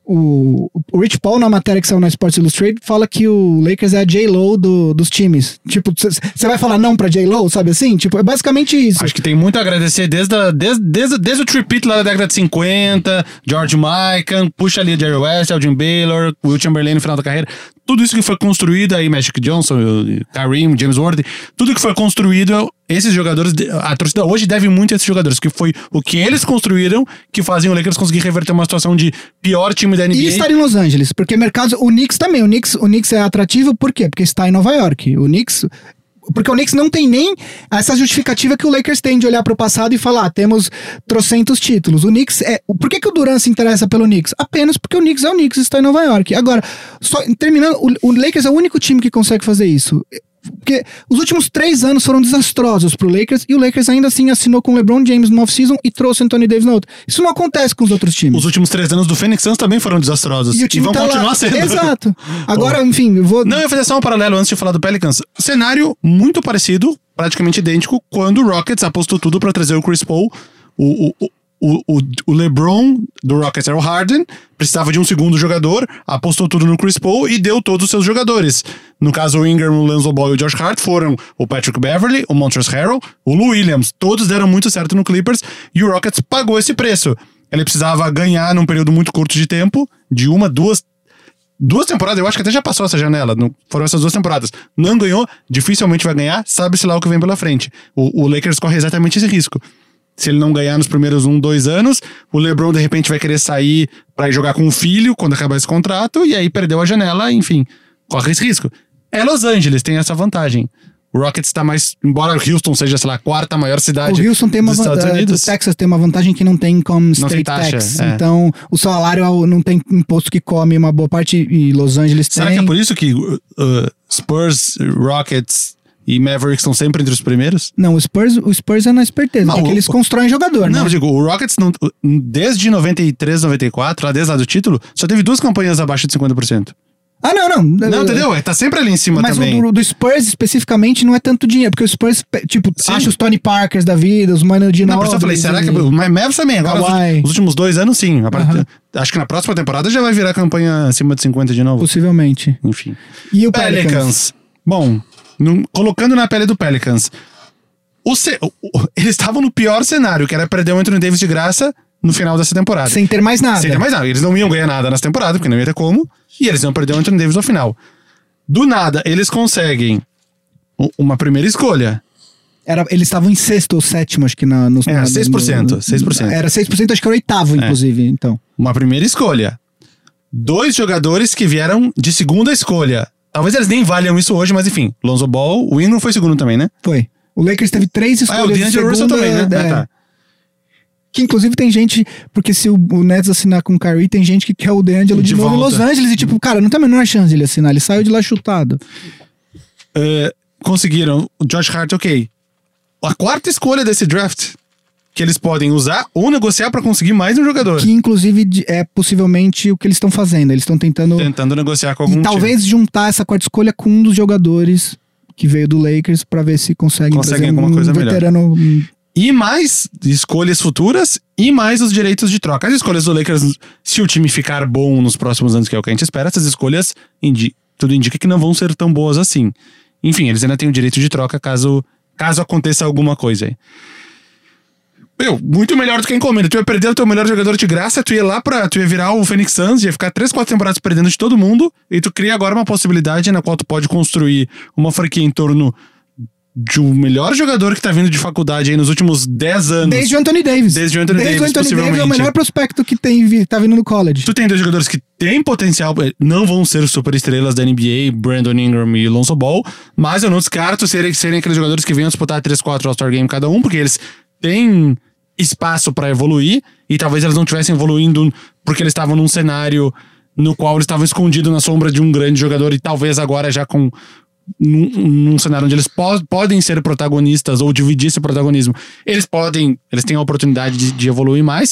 o, o Rich Paul na matéria que saiu na Sports Illustrated fala que o Lakers é a J-Lo do, dos times, tipo, você vai falar não pra J-Lo, sabe assim? Tipo, é basicamente isso. Acho que tem muito a agradecer desde, a, desde, desde, desde o tripit lá da década de cinquenta, George Mikan, puxa ali Jerry West, Elgin Baylor, Will Chamberlain no final da carreira. Tudo isso que foi construído aí, Magic Johnson, Kareem, James Worthy, tudo que foi construído, esses jogadores, a torcida hoje deve muito a esses jogadores, que foi o que eles construíram que fazem o Lakers conseguir reverter uma situação de pior time da N B A. E estar em Los Angeles, porque mercado, o Knicks também, o Knicks, o Knicks é atrativo por quê? Porque está em Nova York. O Knicks, porque o Knicks não tem nem essa justificativa que o Lakers tem de olhar para o passado e falar, ah, temos trocentos títulos. O Knicks é, por que que o Durant se interessa pelo Knicks? Apenas porque o Knicks é o Knicks, está em Nova York. Agora, só terminando, o, o Lakers é o único time que consegue fazer isso. Porque os últimos três anos foram desastrosos pro Lakers e o Lakers ainda assim assinou com o LeBron James no off-season e trouxe Anthony Davis no outro. Isso não acontece com os outros times. Os últimos três anos do Phoenix Suns também foram desastrosos. E o time vão tá continuar lá. sendo. Exato. Agora, enfim, eu vou... Não, eu ia fazer só um paralelo antes de falar do Pelicans. Cenário muito parecido, praticamente idêntico, quando o Rockets apostou tudo pra trazer o Chris Paul. O, o, o, o, o LeBron do Rockets era o Harden, precisava de um segundo jogador, apostou tudo no Chris Paul e deu todos os seus jogadores. No caso, o Ingram, o Lonzo Ball e o Josh Hart foram o Patrick Beverley, o Montrezl Harrell, o Lou Williams. Todos deram muito certo no Clippers e o Rockets pagou esse preço. Ele precisava ganhar num período muito curto de tempo, de uma, duas... Duas temporadas, eu acho que até já passou essa janela. Não, foram essas duas temporadas. Não ganhou, dificilmente vai ganhar, sabe-se lá o que vem pela frente. O, o Lakers corre exatamente esse risco. Se ele não ganhar nos primeiros um, dois anos, o LeBron de repente vai querer sair pra ir jogar com o filho quando acabar esse contrato, e aí perdeu a janela, enfim, corre esse risco. É Los Angeles, tem essa vantagem. O Rockets tá mais, embora o Houston seja, sei lá, a quarta maior cidade O Houston tem uma dos Estados vantagem, o Unidos. Texas tem uma vantagem que não tem como state tem taxa, tax. é. Então, o salário não tem imposto que come uma boa parte e Los Angeles Será tem. que é por isso que uh, Spurs, Rockets e Mavericks estão sempre entre os primeiros? Não, o Spurs, o Spurs é na esperteza, Não, porque o- eles constroem jogador, Não, né? eu digo, o Rockets não, desde noventa e três, noventa e quatro, lá desde lá do título, só teve duas campanhas abaixo de cinquenta por cento. Ah, não, não. Não, entendeu? Tá sempre ali em cima Mas também. o do, do Spurs especificamente não é tanto dinheiro, porque o Spurs, pe- tipo, Sim. acha os Tony Parkers da vida, os Mano de Não, por isso eu falei, será que... O Mavs também, agora Kawhi. os, os últimos dois anos, sim. A part- Aham. Acho que na próxima temporada já vai virar campanha acima de cinquenta de novo. Possivelmente. Enfim. E o Pelicans. Pelicans? Bom, num- colocando na pele do Pelicans, o ce- o- o- eles estavam no pior cenário, que era perder o Anthony Davis de graça no final dessa temporada. Sem ter mais nada. Sem ter mais nada. Eles não iam ganhar nada nessa temporada, porque não ia ter como. E eles iam perder o Anthony Davis no final. Do nada, eles conseguem u- uma primeira escolha. Era, eles estavam em sexto ou sétimo, acho que na, nos, É, na, seis por cento, seis por cento. Era seis por cento, acho que era o oitavo, inclusive, então. Uma primeira escolha. Dois jogadores que vieram de segunda escolha. Talvez eles nem valham isso hoje, mas enfim. Lonzo Ball, o Ingram foi segundo também, né? Foi. O Lakers teve três Ah, o escolhas de D'Angelo segunda. Russell também, né? é, Ah, tá. Que inclusive tem gente, porque se o, o Nets assinar com o Kyrie, tem gente que quer o DeAngelo de, De novo em volta. Los Angeles. E tipo, cara, não tem a menor chance de ele assinar. Ele saiu de lá chutado. É, conseguiram o Josh Hart, ok. A quarta escolha desse draft que eles podem usar ou negociar pra conseguir mais um jogador. Que inclusive de- é possivelmente o que eles estão fazendo. Eles estão tentando... Tentando negociar com algum E time. talvez juntar essa quarta escolha com um dos jogadores que veio do Lakers pra ver se conseguem Conseguem trazer alguma um coisa melhor. veterano. hum, E mais escolhas futuras e mais os direitos de troca. As escolhas do Lakers, se o time ficar bom nos próximos anos, que é o que a gente espera, essas escolhas, indi- tudo indica que não vão ser tão boas assim. Enfim, eles ainda têm o direito de troca caso, caso aconteça alguma coisa aí. Meu, muito melhor do que a encomenda. Tu ia perder o teu melhor jogador de graça, tu ia lá pra. Tu ia virar o Phoenix Suns, ia ficar três, quatro temporadas perdendo de todo mundo, e tu cria agora uma possibilidade na qual tu pode construir uma franquia em torno de um melhor jogador que tá vindo de faculdade aí nos últimos dez anos. Desde o Anthony Davis. Desde o Anthony Desde Davis, o Anthony Davis é o possivelmente. melhor prospecto que tem, vi- tá vindo no college. Tu tem dois jogadores que têm potencial, não vão ser super estrelas da N B A, Brandon Ingram e Lonzo Ball, mas eu não descarto serem, serem aqueles jogadores que venham disputar três, quatro All-Star Game cada um, porque eles têm espaço pra evoluir e talvez eles não estivessem evoluindo porque eles estavam num cenário no qual eles estavam escondidos na sombra de um grande jogador e talvez agora já com num, num cenário onde eles po- podem ser protagonistas ou dividir esse protagonismo, eles podem, eles têm a oportunidade de, de evoluir mais.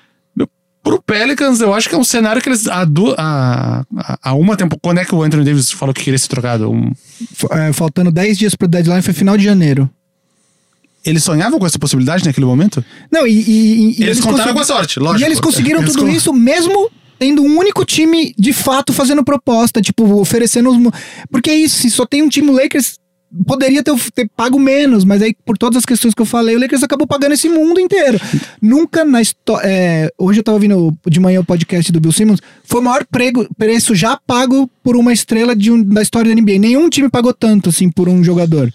Pro Pelicans, eu acho que é um cenário que eles. Há, du- há, há- há uma tempo. Quando é que o Anthony Davis falou que queria ser trocado? Um- F- é, faltando dez dias pro deadline, foi final de janeiro. Eles sonhavam com essa possibilidade naquele momento? Não, e, e- e- e Eles contaram consegui- com a sorte, lógico. E eles conseguiram Eles tudo con- isso mesmo tendo um único time de fato fazendo proposta, tipo, oferecendo os. mo- Porque é isso, se só tem um time, o Lakers poderia ter, ter pago menos, mas aí por todas as questões que eu falei, o Lakers acabou pagando esse mundo inteiro. Nunca na história. Hoje eu tava ouvindo de manhã o podcast do Bill Simmons, foi o maior prego, preço já pago por uma estrela de um- da história da N B A. Nenhum time pagou tanto assim por um jogador.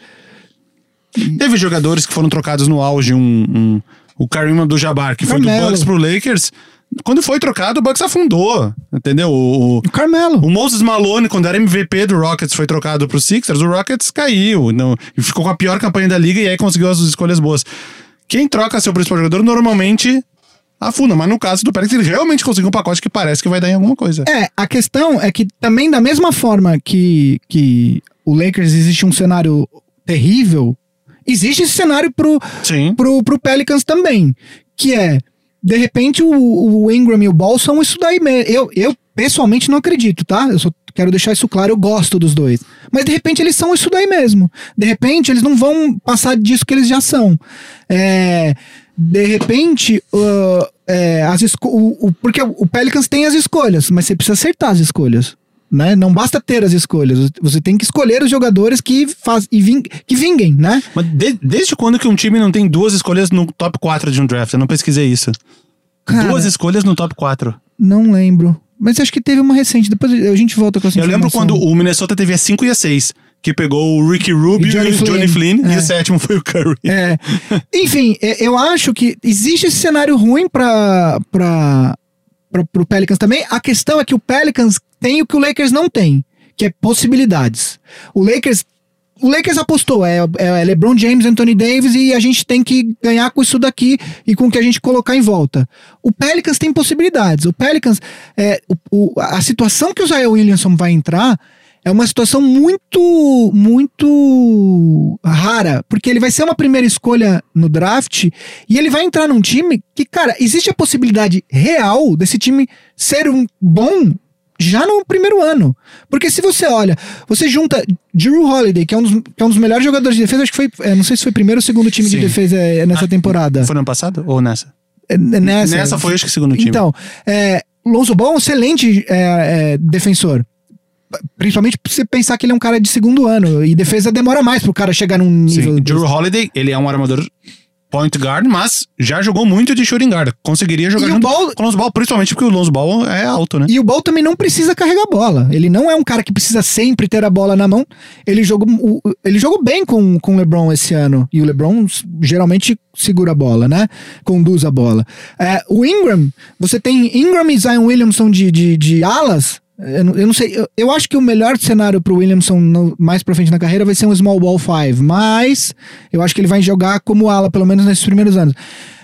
Teve jogadores que foram trocados no auge, um, um- o Kareem Abdul-Jabbar, que foi do Carmelo. Bucks pro Lakers. Quando foi trocado, o Bucks afundou, entendeu? O, o, O Carmelo. o Moses Malone, quando era M V P do Rockets, foi trocado pro Sixers, o Rockets caiu, não, e ficou com a pior campanha da liga e aí conseguiu as escolhas boas. Quem troca seu principal jogador normalmente afunda, mas no caso do Pelicans, ele realmente conseguiu um pacote que parece que vai dar em alguma coisa. É, a questão é que também da mesma forma que, que o Lakers existe um cenário terrível, existe esse cenário pro, Sim. pro, pro Pelicans também, que é, de repente o, o Ingram e o Ball são isso daí mesmo. Eu, eu pessoalmente não acredito, tá? Eu só quero deixar isso claro, eu gosto dos dois. Mas de repente eles são isso daí mesmo. De repente eles não vão passar disso que eles já são. É... De repente, uh, é, as esco- o, o- porque o Pelicans tem as escolhas, mas você precisa acertar as escolhas. Né? Não basta ter as escolhas, você tem que escolher os jogadores que, faz, e ving, que vinguem, né? Mas de- desde quando que um time não tem duas escolhas no top quatro de um draft? Eu não pesquisei isso. Cara, Duas escolhas no top quatro. não lembro. Mas acho que teve uma recente, depois a gente volta com essa Eu lembro informação. quando o Minnesota teve a cinco e a seis, que pegou o Ricky Rubio E e Johnny o Johnny Flynn. Flynn, É. e o sétimo foi o Curry. É. Enfim, é, eu acho que existe esse cenário ruim para para pro Pelicans também. A questão é que o Pelicans tem o que o Lakers não tem, que é possibilidades. O Lakers o Lakers apostou, é, é LeBron James, Anthony Davis, e a gente tem que ganhar com isso daqui e com o que a gente colocar em volta. O Pelicans tem possibilidades. O Pelicans, é, o, o- a situação que o Zion Williamson vai entrar é uma situação muito, muito rara, porque ele vai ser uma primeira escolha no draft e ele vai entrar num time que, cara, existe a possibilidade real desse time ser um bom já no primeiro ano. Porque se você olha, você junta Jrue Holiday, que é um dos, que é um dos melhores jogadores de defesa, acho que foi, é, não sei se foi primeiro ou segundo time Sim. de defesa é, nessa temporada. Foi no ano passado ou nessa? É, nessa, Nessa foi, acho que, segundo time. Então, é, Lonzo Ball é um excelente é, é, defensor. Principalmente pra você pensar que ele é um cara de segundo ano. E defesa demora mais pro cara chegar num nível. Sim. Jrue Holiday, ele é um armador point guard, mas já jogou muito de shooting guard. Conseguiria jogar E o junto Ball- com o Lonzo Ball, principalmente porque o Lonzo Ball é alto, né? E o Ball também não precisa carregar a bola. Ele não é um cara que precisa sempre ter a bola na mão. Ele jogou, o- ele jogou bem com, com o LeBron esse ano. E o LeBron geralmente segura a bola, né? Conduz a bola. É, o Ingram, você tem Ingram e Zion Williamson de, de, de alas. Eu não, eu não sei, eu, eu acho que o melhor cenário pro Williamson no- mais pra frente na carreira vai ser um small ball five, mas eu acho que ele vai jogar como ala, pelo menos nesses primeiros anos.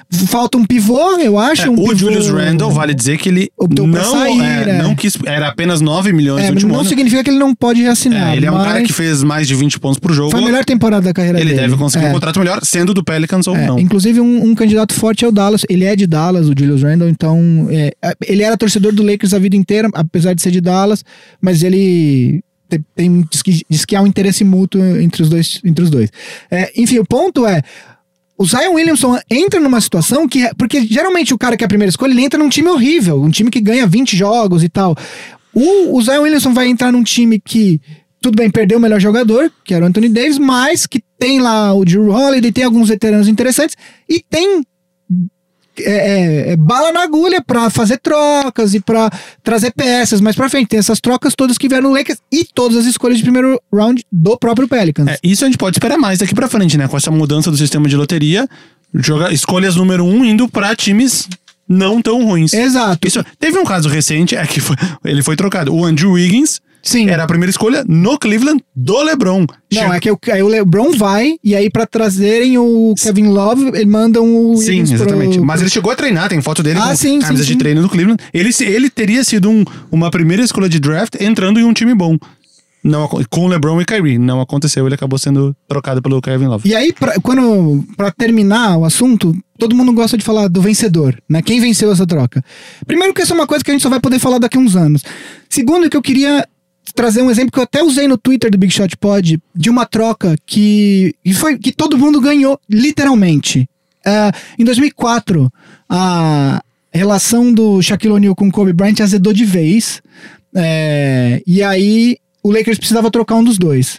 Falta um pivô, eu acho. É, um o pivô... Julius Randle, vale dizer que ele optou não, pra sair, é, né? não quis. Era apenas nove milhões É, no último não ano. significa que ele não pode reassinar. É, ele é um mas cara que fez mais de vinte pontos por jogo. foi a melhor temporada da carreira Ele dele. deve conseguir é. um contrato melhor, sendo do Pelicans ou É, não. inclusive, um, um candidato forte é o Dallas. Ele é de Dallas, o Julius Randle, então... É, ele era torcedor do Lakers a vida inteira, apesar de ser de Dallas, mas ele... Tem, tem, diz, que, diz que há um interesse mútuo entre os dois. Entre os dois. É, enfim, o ponto é... O Zion Williamson entra numa situação que... Porque geralmente o cara que é a primeira escolha, ele entra num time horrível. Um time que ganha vinte jogos e tal. O, o Zion Williamson vai entrar num time que... Tudo bem, perdeu o melhor jogador, que era o Anthony Davis, mas que tem lá o Drew Holiday, tem alguns veteranos interessantes. E tem... É, é, é bala na agulha pra fazer trocas e pra trazer peças mais pra frente. Tem essas trocas todas que vieram no Lakers e todas as escolhas de primeiro round do próprio Pelicans. É, isso a gente pode esperar mais daqui pra frente, né? Com essa mudança do sistema de loteria, joga, escolhas número um indo pra times não tão ruins. Exato. Isso, teve um caso recente, é que foi, ele foi trocado. O Andrew Wiggins Sim. era a primeira escolha no Cleveland do LeBron. Não, Chegou... é que o, aí o LeBron vai, e aí pra trazerem o Kevin Love, eles mandam o... Sim, Wiggins exatamente. pro- Mas ele chegou a treinar, tem foto dele Ah, com sim, camisa sim, de sim. treino no Cleveland. Ele, se- ele teria sido um- uma primeira escolha de draft entrando em um time bom. Não, aco- com o LeBron e Kyrie. Não aconteceu, ele acabou sendo trocado pelo Kevin Love. E aí, pra, quando, pra terminar o assunto, todo mundo gosta de falar do vencedor, né? Quem venceu essa troca? Primeiro que isso é uma coisa que a gente só vai poder falar daqui a uns anos. Segundo que eu queria trazer um exemplo que eu até usei no Twitter do Big Shot Pod, de uma troca que, que, foi, que todo mundo ganhou, literalmente. Uh, em dois mil e quatro, a relação do Shaquille O'Neal com o Kobe Bryant azedou de vez. É, e aí, o Lakers precisava trocar um dos dois.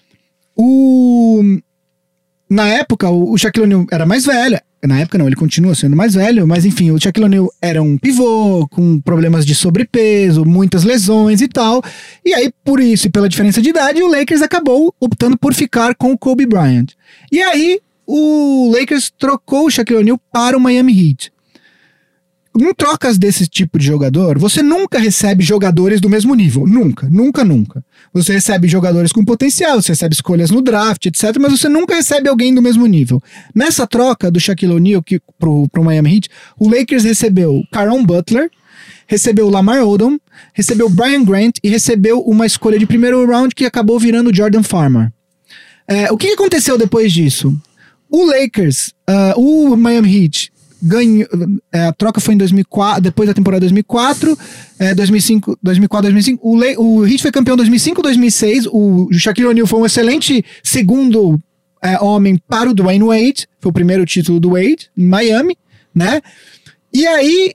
O... Na época, o Shaquille O'Neal era mais velho. Na época não, ele continua sendo mais velho, mas enfim, o Shaquille O'Neal era um pivô, com problemas de sobrepeso, muitas lesões e tal. E aí, por isso e pela diferença de idade, o Lakers acabou optando por ficar com o Kobe Bryant. E aí, o Lakers trocou o Shaquille O'Neal para o Miami Heat. Em trocas desse tipo de jogador, você nunca recebe jogadores do mesmo nível. Nunca, nunca, nunca. Você recebe jogadores com potencial, você recebe escolhas no draft, etcétera, mas você nunca recebe alguém do mesmo nível. Nessa troca do Shaquille O'Neal que, pro, pro Miami Heat, o Lakers recebeu Caron Butler, recebeu Lamar Odom, recebeu Brian Grant e recebeu uma escolha de primeiro round que acabou virando Jordan Farmer. É, o que aconteceu depois disso? O Lakers, uh, o Miami Heat, ganhou, a troca foi em dois mil e quatro, depois da temporada dois mil e quatro, é, dois mil e cinco, dois mil e quatro, dois mil e cinco, o, Le, o Heat foi campeão em dois mil e cinco, dois mil e seis, o Shaquille O'Neal foi um excelente segundo é, homem para o Dwayne Wade, foi o primeiro título do Wade em Miami, né? E aí,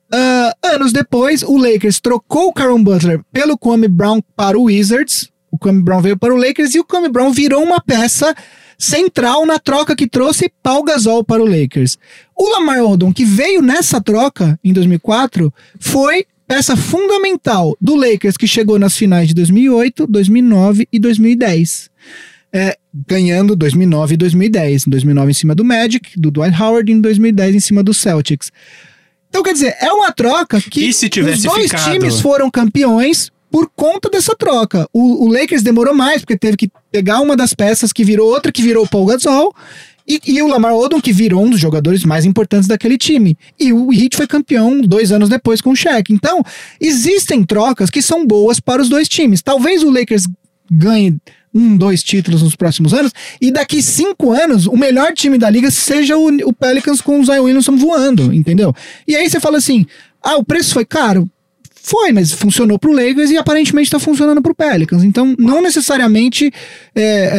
uh, anos depois, o Lakers trocou o Caron Butler pelo Kwame Brown para o Wizards, o Kwame Brown veio para o Lakers e o Kwame Brown virou uma peça central na troca que trouxe Paul Gasol para o Lakers. O Lamar Odom, que veio nessa troca em dois mil e quatro, foi peça fundamental do Lakers, que chegou nas finais de dois mil e oito, dois mil e nove e dois mil e dez. É, ganhando dois mil e nove e dois mil e dez. Em dois mil e nove em cima do Magic, do Dwight Howard, e em dois mil e dez em cima do Celtics. Então, quer dizer, é uma troca que E se tivesse os dois ficado? times foram campeões por conta dessa troca. O, o Lakers demorou mais, porque teve que pegar uma das peças que virou outra, que virou o Paul Gasol, e, e o Lamar Odom, que virou um dos jogadores mais importantes daquele time. E o Heat foi campeão dois anos depois com o Shaq. Então, existem trocas que são boas para os dois times. Talvez o Lakers ganhe um, dois títulos nos próximos anos, e daqui cinco anos, o melhor time da liga seja o, o Pelicans com o Zion Williamson voando, entendeu? E aí você fala assim, ah, o preço foi caro? Foi, mas funcionou pro Lakers e aparentemente tá funcionando pro Pelicans. Então, não necessariamente é,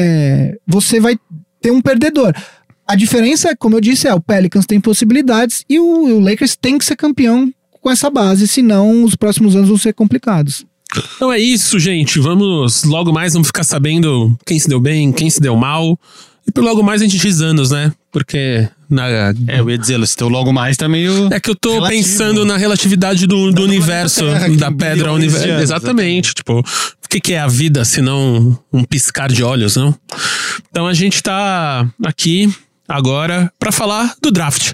é, você vai ter um perdedor. A diferença, como eu disse, é o Pelicans tem possibilidades e o, o Lakers tem que ser campeão com essa base, senão os próximos anos vão ser complicados. Então é isso, gente. Vamos, logo mais, vamos ficar sabendo quem se deu bem, quem se deu mal. E por logo mais a gente diz anos, né? Porque... Na, É, eu ia dizer, se teu logo mais tá meio... é que eu tô relativo. pensando na relatividade do, do universo, Terra, que da tem pedra bilhões de universo. anos, Exatamente. Tipo, o que, que é a vida se não um piscar de olhos, não? Então a gente tá aqui agora pra falar do draft.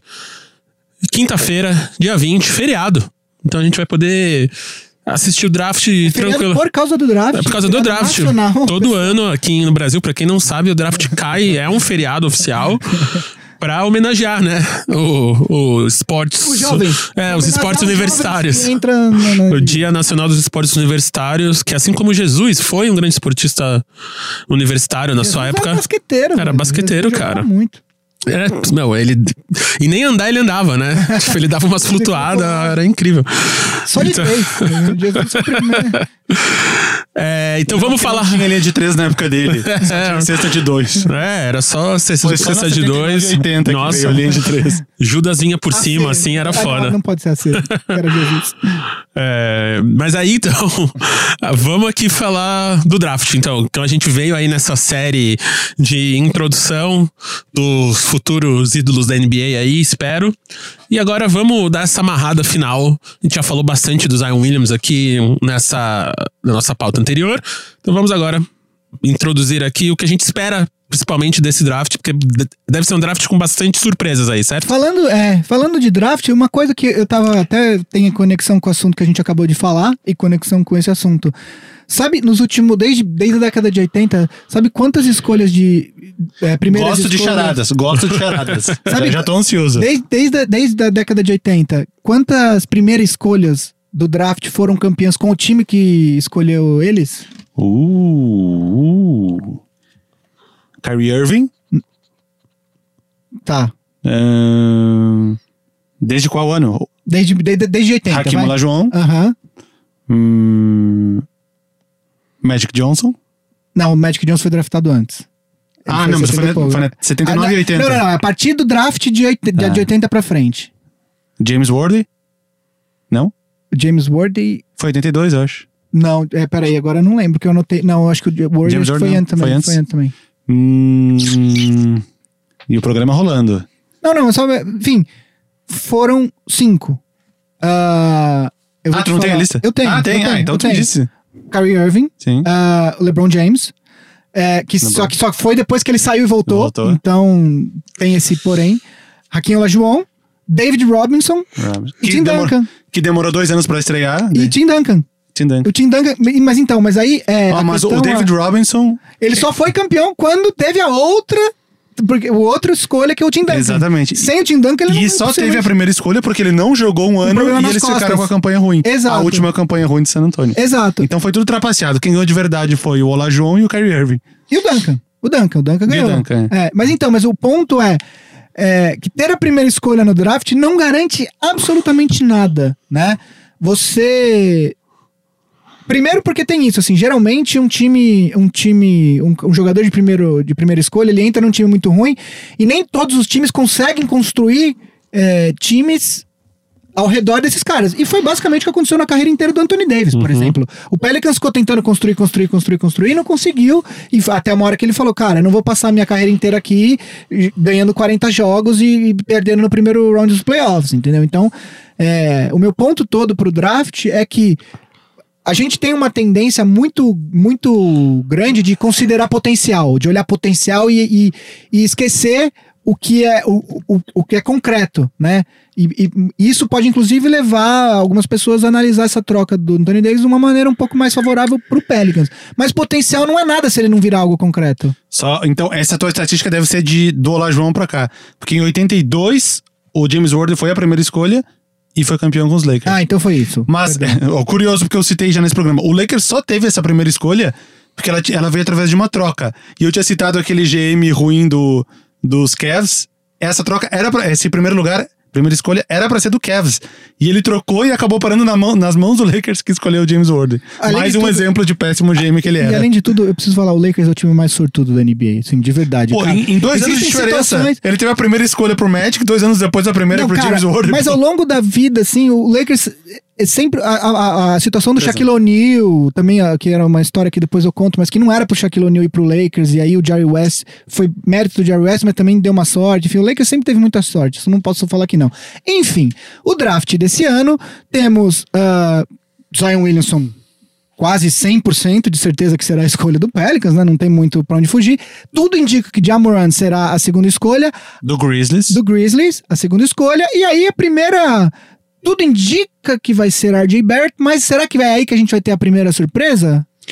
Quinta-feira, dia vinte, feriado. Então a gente vai poder assistir o draft tranquilo. Por causa do draft. É por causa do feriado draft. nacional. Todo ano aqui no Brasil, pra quem não sabe, o draft cai, é um feriado oficial. pra homenagear, né? O, o esportes. Os jovens. É, os esportes universitários. Entra na, na... O Dia Nacional dos Esportes Universitários, que assim como Jesus foi um grande esportista universitário na Jesus sua época. Era basqueteiro. Era velho. basqueteiro, Jesus cara. Muito. É, meu, ele. E nem andar ele andava, né? Tipo, ele dava umas flutuadas, era incrível. Só de Então- três. Jesus sempre, né? É, então vamos falar. Não tinha linha de três na época dele. Só tinha cesta de dois. É, era só cesta, Foi só cesta na de setenta e nove dois. e oitenta que Nossa, veio a linha de três. Judas vinha por cima, Ah, assim, era Ah, foda. Não, não pode ser assim. Era Jesus. É, mas aí, então, vamos aqui falar do draft. Então, então, a gente veio aí nessa série de introdução dos futuros ídolos da N B A aí, espero. E agora vamos dar essa amarrada final. A gente já falou bastante do Zion Williams aqui nessa na nossa pauta anterior. Então vamos agora introduzir aqui o que a gente espera, principalmente desse draft, porque deve ser um draft com bastante surpresas aí, certo? Falando, é, falando de draft, uma coisa que eu tava até tem conexão com o assunto que a gente acabou de falar e conexão com esse assunto. Sabe, nos últimos, desde, desde a década de oitenta, sabe quantas escolhas de é, primeiras Gosto de escolhas- charadas, gosto de charadas. Sabe- já tô ansioso. Desde, desde, a, desde a década de oitenta, quantas primeiras escolhas do draft foram campeãs com o time que escolheu eles? Uh, uh. Kyrie Irving. Tá. Ahn, desde qual ano? Desde, desde, desde oitenta, Hakim vai. Olajuwon. Aham. Hum, Magic Johnson. Não, o Magic Johnson foi draftado antes. Ele Ah, não, mas foi, setenta e pouco. na- foi na setenta e nove Ah, e oitenta. Não, não, não. A partir do draft de, oit- de, Ah. de oitenta pra frente. James Worthy. Não? O James Worthy. Foi oitenta e dois, eu acho. Não, é, peraí, agora eu não lembro, porque eu anotei. Não, eu acho que o Worthy James acho que Worthy foi não, antes também. foi antes? Foi antes também. Hum, e o programa rolando. Não, não, só. Enfim, foram cinco. Ah, eu vou Ah, te tu não tem a falar. lista? Eu tenho. Ah, tem. eu tenho, ah, então eu tu tenho. disse. Kyrie Irving, Sim. ah, LeBron James, é, que só, que só foi depois que ele saiu e voltou. Voltou. Então tem esse porém. Hakim Olajuwon, David Robinson e Tim demorou, Duncan. que demorou dois anos pra estrear. E né? Tim Duncan. Tim Duncan. O Tim Duncan. Mas então, mas aí. É, Ah, a mas questão o David é- Robinson. Ele só foi campeão quando teve a outra. Porque o outra escolha que é o Tim Duncan. Exatamente. Sem o Tim Duncan, ele não E só teve a possivelmente- primeira escolha porque ele não jogou um ano problema e nas eles costas. ficaram com a campanha ruim. Exato. A última campanha ruim de San Antonio. Exato. Então foi tudo trapaceado. Quem ganhou de verdade foi o Olajuwon e o Kyrie Irving. E o Duncan. O Duncan. O Duncan E o ganhou. Duncan, É, mas então, mas o ponto é, é que ter a primeira escolha no draft não garante absolutamente nada, né? Você... Primeiro porque tem isso, assim, geralmente um time, um time, um, um jogador de, primeiro, de primeira escolha, ele entra num time muito ruim e nem todos os times conseguem construir é, times ao redor desses caras. E foi basicamente o que aconteceu na carreira inteira do Anthony Davis, por exemplo. O Pelicans ficou tentando construir, construir, construir, construir, e não conseguiu. E f- até uma hora que ele falou, cara, eu não vou passar a minha carreira inteira aqui e- ganhando quarenta jogos e, e perdendo no primeiro round dos playoffs, entendeu? Então, é, o meu ponto todo pro draft é que a gente tem uma tendência muito, muito grande de considerar potencial, de olhar potencial e, e, e esquecer o que é, o, o, o que é concreto, né? E, e isso pode, inclusive, levar algumas pessoas a analisar essa troca do Anthony Davis de uma maneira um pouco mais favorável pro Pelicans. Mas potencial não é nada se ele não virar algo concreto. Só, então, essa tua estatística deve ser de do Olajuwon pra cá. Porque em oitenta e dois, o James Worthy foi a primeira escolha e foi campeão com os Lakers. Ah, então foi isso. Mas, ó, curioso, porque eu citei já nesse programa, o Lakers só teve essa primeira escolha porque ela, ti- ela veio através de uma troca. E eu tinha citado aquele G M ruim do, dos Cavs. Essa troca era pra, esse primeiro lugar, primeira escolha, era pra ser do Cavs. E ele trocou e acabou parando na mão, nas mãos do Lakers, que escolheu o James Worthy. Além Mais de um tudo- exemplo de péssimo G M que ele E era. além de tudo, eu preciso falar, o Lakers é o time mais sortudo da N B A, assim, de verdade. Pô, cara. em, em dois anos de Existem diferença, situações- ele teve a primeira escolha pro Magic, dois anos depois a primeira Não, pro cara, James Worthy. mas ao longo da vida, assim, o Lakers é sempre a, a, a situação do Por Shaquille O'Neal, também, a- que era uma história que depois eu conto, mas que não era pro Shaquille O'Neal ir pro Lakers, e aí o Jerry West, foi mérito do Jerry West, mas também deu uma sorte. Enfim, o Lakers sempre teve muita sorte, isso não posso falar que não. Enfim, o draft desse ano, temos uh, Zion Williamson quase cem por cento de certeza que será a escolha do Pelicans, né? Não tem muito pra onde fugir. Tudo indica que Ja Morant será a segunda escolha, Do Grizzlies. do Grizzlies, a segunda escolha, e aí a primeira, tudo indica que vai ser R J Barrett, mas será que é aí que a gente vai ter a primeira surpresa?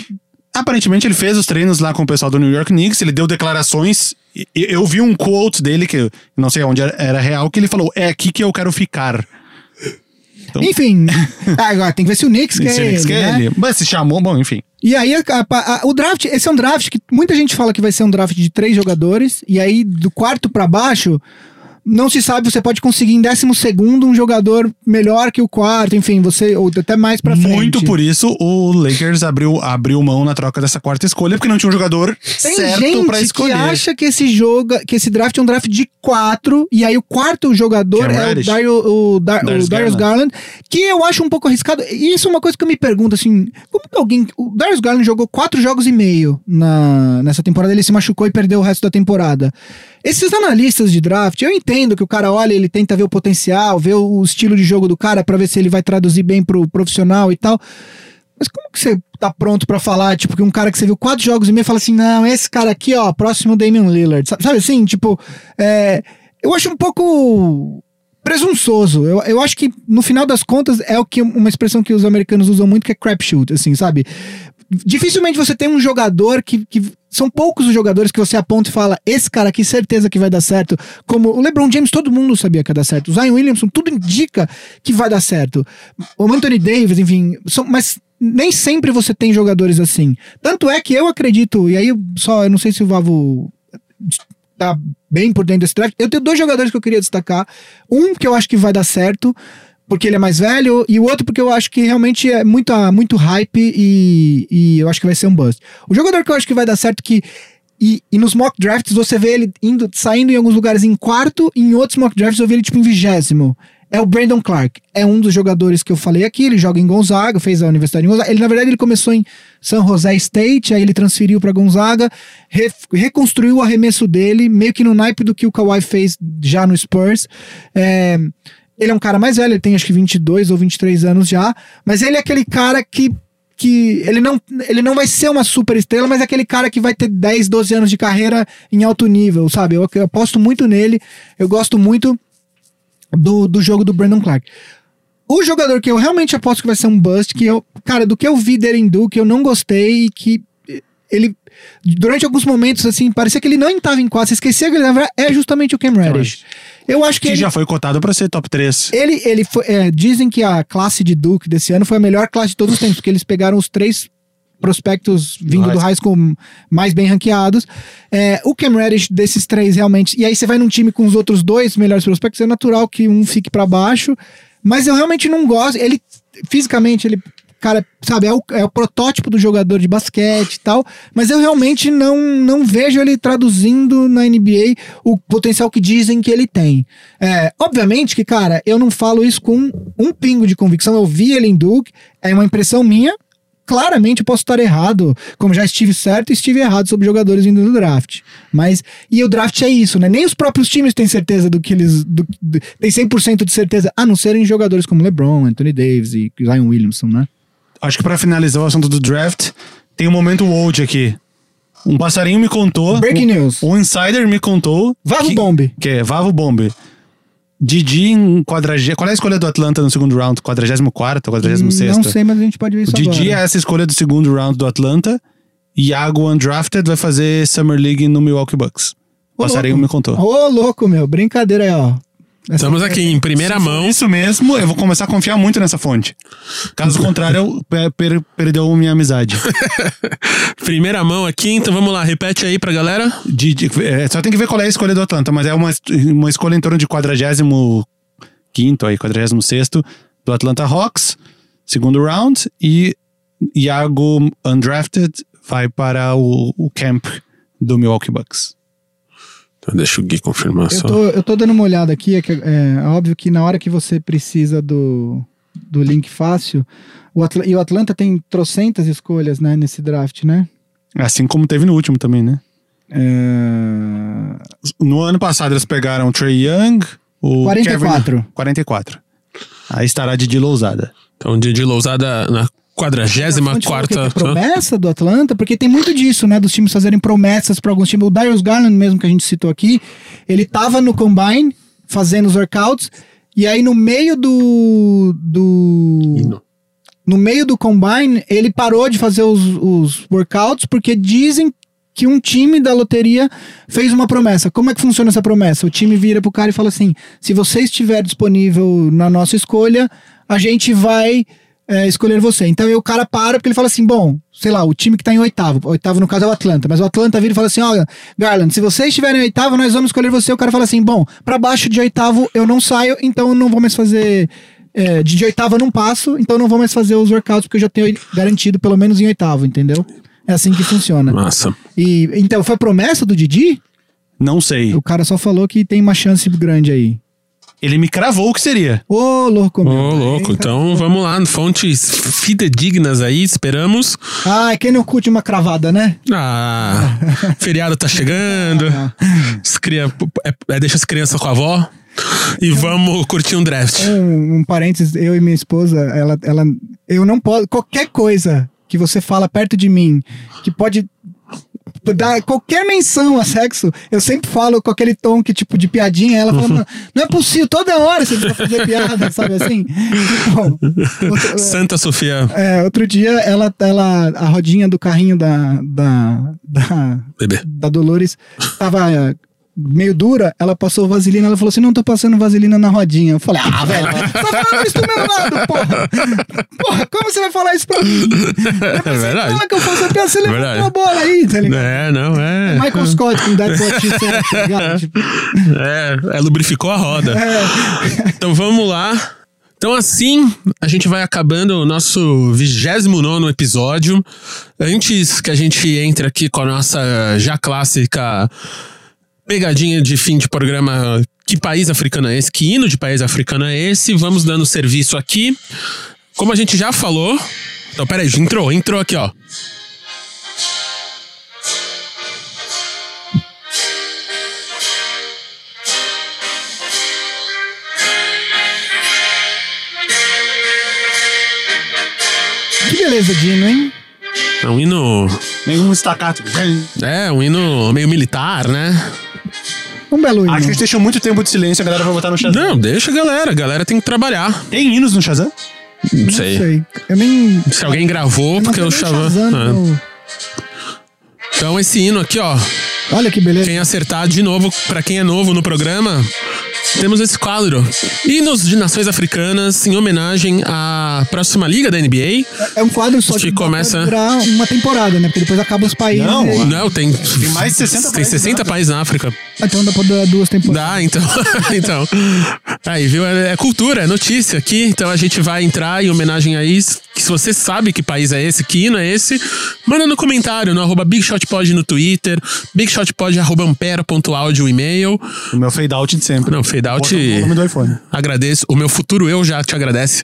Aparentemente ele fez os treinos lá com o pessoal do New York Knicks, ele deu declarações. Eu vi um quote dele, que eu não sei onde era real, que ele falou, é aqui que eu quero ficar. Então, enfim, agora tem que ver se o Knicks quer se o Knicks ele, quer né? ele. Mas se chamou, bom, enfim. E aí, a, a, a, o draft, esse é um draft que muita gente fala que vai ser um draft de três jogadores, e aí do quarto pra baixo, não se sabe, você pode conseguir em décimo segundo um jogador melhor que o quarto, enfim, você, ou até mais pra frente. Muito por isso o Lakers abriu, abriu mão na troca dessa quarta escolha, porque não tinha um jogador Tem certo gente pra escolher. que acha que esse, jogo, que esse draft é um draft de quatro, e aí o quarto jogador Cam é o, Reddish. Dario, o, Dar, Darius o Darius Garland, que eu acho um pouco arriscado. E isso é uma coisa que eu me pergunto, assim, como que alguém... O Darius Garland jogou quatro jogos e meio na, nessa temporada, ele se machucou e perdeu o resto da temporada. Esses analistas de draft, eu entendo que o cara olha, ele tenta ver o potencial, ver o estilo de jogo do cara pra ver se ele vai traduzir bem pro profissional e tal. Mas como que você tá pronto pra falar, tipo, que um cara que você viu quatro jogos e meio fala assim, não, esse cara aqui, ó, próximo Damian Lillard, sabe, sabe assim? Tipo, é, eu acho um pouco presunçoso. Eu, eu acho que, no final das contas, é o que uma expressão que os americanos usam muito, que é crapshoot, assim, sabe? Dificilmente você tem um jogador que, que... São poucos os jogadores que você aponta e fala, esse cara aqui, certeza que vai dar certo. Como o LeBron James, todo mundo sabia que ia dar certo. O Zion Williamson, tudo indica que vai dar certo. O Anthony Davis, enfim. São, mas nem sempre você tem jogadores assim. Tanto é que eu acredito, e aí só, eu não sei se o Vavo tá bem por dentro desse draft. Eu tenho dois jogadores que eu queria destacar. Um que eu acho que vai dar certo, porque ele é mais velho, e o outro porque eu acho que realmente é muito, muito hype e, e eu acho que vai ser um bust. O jogador que eu acho que vai dar certo que... E, e nos mock drafts você vê ele indo, saindo em alguns lugares em quarto, e em outros mock drafts eu vi ele tipo em vigésimo. É o Brandon Clark. É um dos jogadores que eu falei aqui, ele joga em Gonzaga, fez a Universidade de Gonzaga. Ele, na verdade, ele começou em San Jose State, aí ele transferiu pra Gonzaga, re, reconstruiu o arremesso dele, meio que no naipe do que o Kawhi fez já no Spurs. É... Ele é um cara mais velho, ele tem acho que vinte e dois ou vinte e três anos já, mas ele é aquele cara que, que ele, não, ele não vai ser uma super estrela, mas é aquele cara que vai ter dez, doze anos de carreira em alto nível, sabe? Eu, eu aposto muito nele, eu gosto muito do, do jogo do Brandon Clark. O jogador que eu realmente aposto que vai ser um bust, que eu, cara, do que eu vi dele em Duke, eu não gostei, e que ele, durante alguns momentos, assim, parecia que ele não estava em quadra, você esquecia que ele, na verdade, é justamente o Cam Reddish. Eu acho que, que ele, já foi cotado pra ser top três. Ele, ele foi, é, dizem que a classe de Duke desse ano foi a melhor classe de todos os tempos, porque eles pegaram os três prospectos vindo do, do high school mais bem ranqueados. É, o Cam Reddish desses três realmente, e aí você vai num time com os outros dois melhores prospectos, é natural que um fique pra baixo, mas eu realmente não gosto. Ele, fisicamente, ele... Cara, sabe, é o, é o protótipo do jogador de basquete e tal, mas eu realmente não, não vejo ele traduzindo na N B A o potencial que dizem que ele tem. É, obviamente que, cara, eu não falo isso com um pingo de convicção, eu vi ele em Duke, é uma impressão minha, claramente eu posso estar errado, como já estive certo e estive errado sobre jogadores vindo do draft. Mas, e o draft é isso, né? Nem os próprios times têm certeza do que eles... Do, do, tem cem por cento de certeza, a não serem jogadores como LeBron, Anthony Davis e Zion Williamson, né? Acho que pra finalizar o assunto do draft, tem um momento Wold aqui. Um passarinho me contou... Breaking um, news. Um insider me contou... Vavo que, Bomb. Que é Vavo Bomb. Didi em quadragésimo... Qual é a escolha do Atlanta no segundo round? quadragésimo quarto ou quadragésimo sexto? Não sei, mas a gente pode ver isso o agora. Didi é essa escolha do segundo round do Atlanta. Iago undrafted vai fazer Summer League no Milwaukee Bucks. O passarinho me contou. Ô, louco, meu. Brincadeira aí, ó. Essa Estamos aqui em primeira mão. Isso mesmo, eu vou começar a confiar muito nessa fonte. Caso contrário, eu per, per, perdeu minha amizade. Primeira mão aqui, então vamos lá, repete aí pra galera. De, de, é, só tem que ver qual é a escolha do Atlanta, mas é uma, uma escolha em torno de quadragésimo quinto, aí, quadragésimo sexto do Atlanta Hawks, segundo round, e Iago undrafted vai para o, o camp do Milwaukee Bucks. Então deixa o Gui confirmar eu só. Tô, eu tô dando uma olhada aqui, é, que, é óbvio que na hora que você precisa do, do link fácil, o Atl- e o Atlanta tem trocentas escolhas, né, nesse draft, né? Assim como teve no último também, né? É... No ano passado eles pegaram o Trae Young, o quarenta e quatro. Kevin, quarenta e quatro. Aí estará Didi Lousada. Então Didi Lousada na quadragésima quarta. É promessa do Atlanta, porque tem muito disso, né? Dos times fazerem promessas para alguns times. O Darius Garland mesmo, que a gente citou aqui, ele tava no Combine, fazendo os workouts, e aí no meio do... do... no meio do Combine, ele parou de fazer os, os workouts porque dizem que um time da loteria fez uma promessa. Como é que funciona essa promessa? O time vira pro cara e fala assim, se você estiver disponível na nossa escolha, a gente vai é, escolher você. Então aí o cara para porque ele fala assim, bom, sei lá, o time que tá em oitavo, oitavo no caso é o Atlanta, mas o Atlanta vira e fala assim, olha, Garland, se você estiver em oitavo, nós vamos escolher você. O cara fala assim, bom, pra baixo de oitavo eu não saio, então eu não vou mais fazer... É, de, de oitavo eu não passo, então eu não vou mais fazer os workouts porque eu já tenho garantido pelo menos em oitavo, entendeu? É assim que funciona. Nossa. E, então, foi promessa do Didi? Não sei. O cara só falou que tem uma chance grande aí. Ele me cravou o que seria. Ô, louco, Ô, meu. louco. Então, vamos lá. Fontes fidedignas aí, esperamos. Ah, quem não curte uma cravada, né? Ah, feriado tá chegando. As cria- é- é, deixa as crianças com a avó. E vamos curtir um draft. Um, um parênteses, eu e minha esposa, ela, ela, eu não posso, qualquer coisa que você fala perto de mim, que pode dar qualquer menção a sexo, eu sempre falo com aquele tom que, tipo, de piadinha, ela fala, não, não é possível, toda hora você vai fazer piada, sabe assim? Bom, outro, Santa Sofia. é, outro dia, ela, ela, a rodinha do carrinho da, da, da, Bebê. da Dolores tava... é, meio dura, ela passou vaselina, ela falou assim, não tô passando vaselina na rodinha. Eu falei, ah, velho, você tá falando isso do meu lado, porra. Porra, como você vai falar isso pra mim? É verdade. Como é que eu faço a piada? Você levantou Verdade. a bola aí, tá ligado? É, não, é. É Michael Scott com That's What She Said, tá ligado? Tipo, É, é, lubrificou a roda. é. Então vamos lá. Então assim, a gente vai acabando o nosso vigésimo nono episódio. Antes que a gente entre aqui com a nossa já clássica pegadinha de fim de programa, que país africano é esse? Que hino de país africano é esse? Vamos dando serviço aqui. Como a gente já falou... Então, peraí, entrou, entrou aqui, ó. Que beleza de hino, hein? É um hino... Meio um estacato. É, um hino meio militar, né? Um belo hino. Acho que a gente deixou muito tempo de silêncio, a galera vai botar no Shazam. Não, deixa a galera. A galera tem que trabalhar. Tem hinos no Shazam? Não Não sei. sei. Eu nem... Se alguém gravou, eu não porque sei eu nem chava. Shazam, Ah. eu- Então esse hino aqui, ó. Olha que beleza. Quem acertar de novo, pra quem é novo no programa, temos esse quadro. Hinos de nações africanas em homenagem à próxima liga da N B É um quadro só Que que começa- pode durar uma temporada, né? Porque depois acaba os países. Não, e aí- A. Não, tem. Tem mais de sessenta Tem países sessenta na países na África. Ah, então dá pra durar duas temporadas. Dá, então. então. Aí, viu? É, é cultura, é notícia aqui. Então a gente vai entrar em homenagem a isso. Que se você sabe que país é esse, que hino é esse, manda no comentário, no arroba BigShotPod no Twitter, BigShotPod arroba ampera ponto audio o e-mail. O meu fade out de sempre. Não, fade out. Bota o nome do iPhone. Agradeço. O meu futuro eu já te agradece.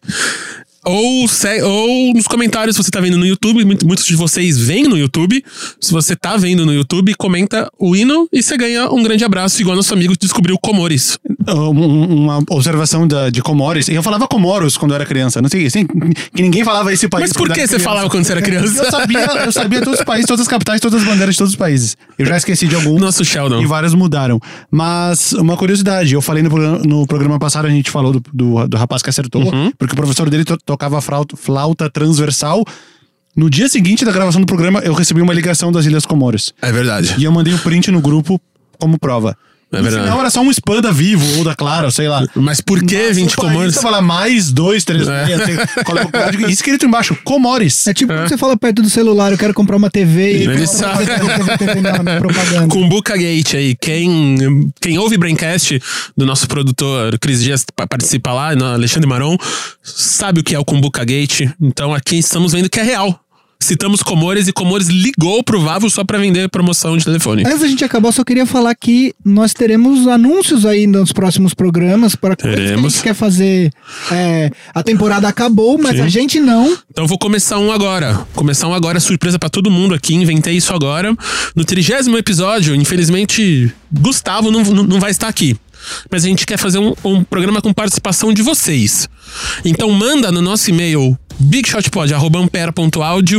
Ou, se- ou nos comentários, se você tá vendo no YouTube, muito- muitos de vocês veem no YouTube. Se você tá vendo no YouTube, comenta o hino e você ganha um grande abraço, igual nosso amigo que descobriu Comores. Um- Uma observação da, de Comores. Eu falava Comoros quando eu era criança. Não sei, assim, que ninguém falava esse país. Mas por quando que era você criança. falava quando você era criança? Eu sabia, eu sabia todos os países, todas as capitais, todas as bandeiras de todos os países. Eu já esqueci de alguns. Nosso Sheldon. E vários mudaram. Mas uma curiosidade, eu falei no programa, no programa passado, a gente falou do, do, do rapaz que acertou, Uhum. porque o professor dele to- tocava flauta, flauta transversal. No dia seguinte da gravação do programa, eu recebi uma ligação das Ilhas Comoros. É verdade. E eu mandei o print no grupo como prova. É No verdade. final era só um spam da Vivo ou da Claro, sei lá. Mas por que Mas vinte o país Comores? tava lá mais dois, três, É. meia, sei, qual é o código? E escrito embaixo, Comores. É tipo quando você fala perto do celular, eu quero comprar uma T V e Ele tem sabe. uma T V na, na propaganda. Cumbuca Gate aí. Quem, quem ouve Braincast do nosso produtor Cris Dias pa- participa lá, no Alexandre Maron, sabe o que é o Cumbuca Gate. Então aqui estamos vendo que é real. Citamos Comores e Comores ligou pro Vavo só pra vender promoção de telefone. Antes da gente acabar, eu só queria falar que nós teremos anúncios aí nos próximos programas para coisas que a Teremos. gente quer fazer. É, a temporada acabou, mas Sim. a gente não. Então vou começar um agora. Começar um agora, surpresa pra todo mundo aqui. Inventei isso agora. No trigésimo episódio, infelizmente, Gustavo não, não, não vai estar aqui. Mas a gente quer fazer um, um programa com participação de vocês. Então manda no nosso e-mail bigshotpod arroba ampera ponto audio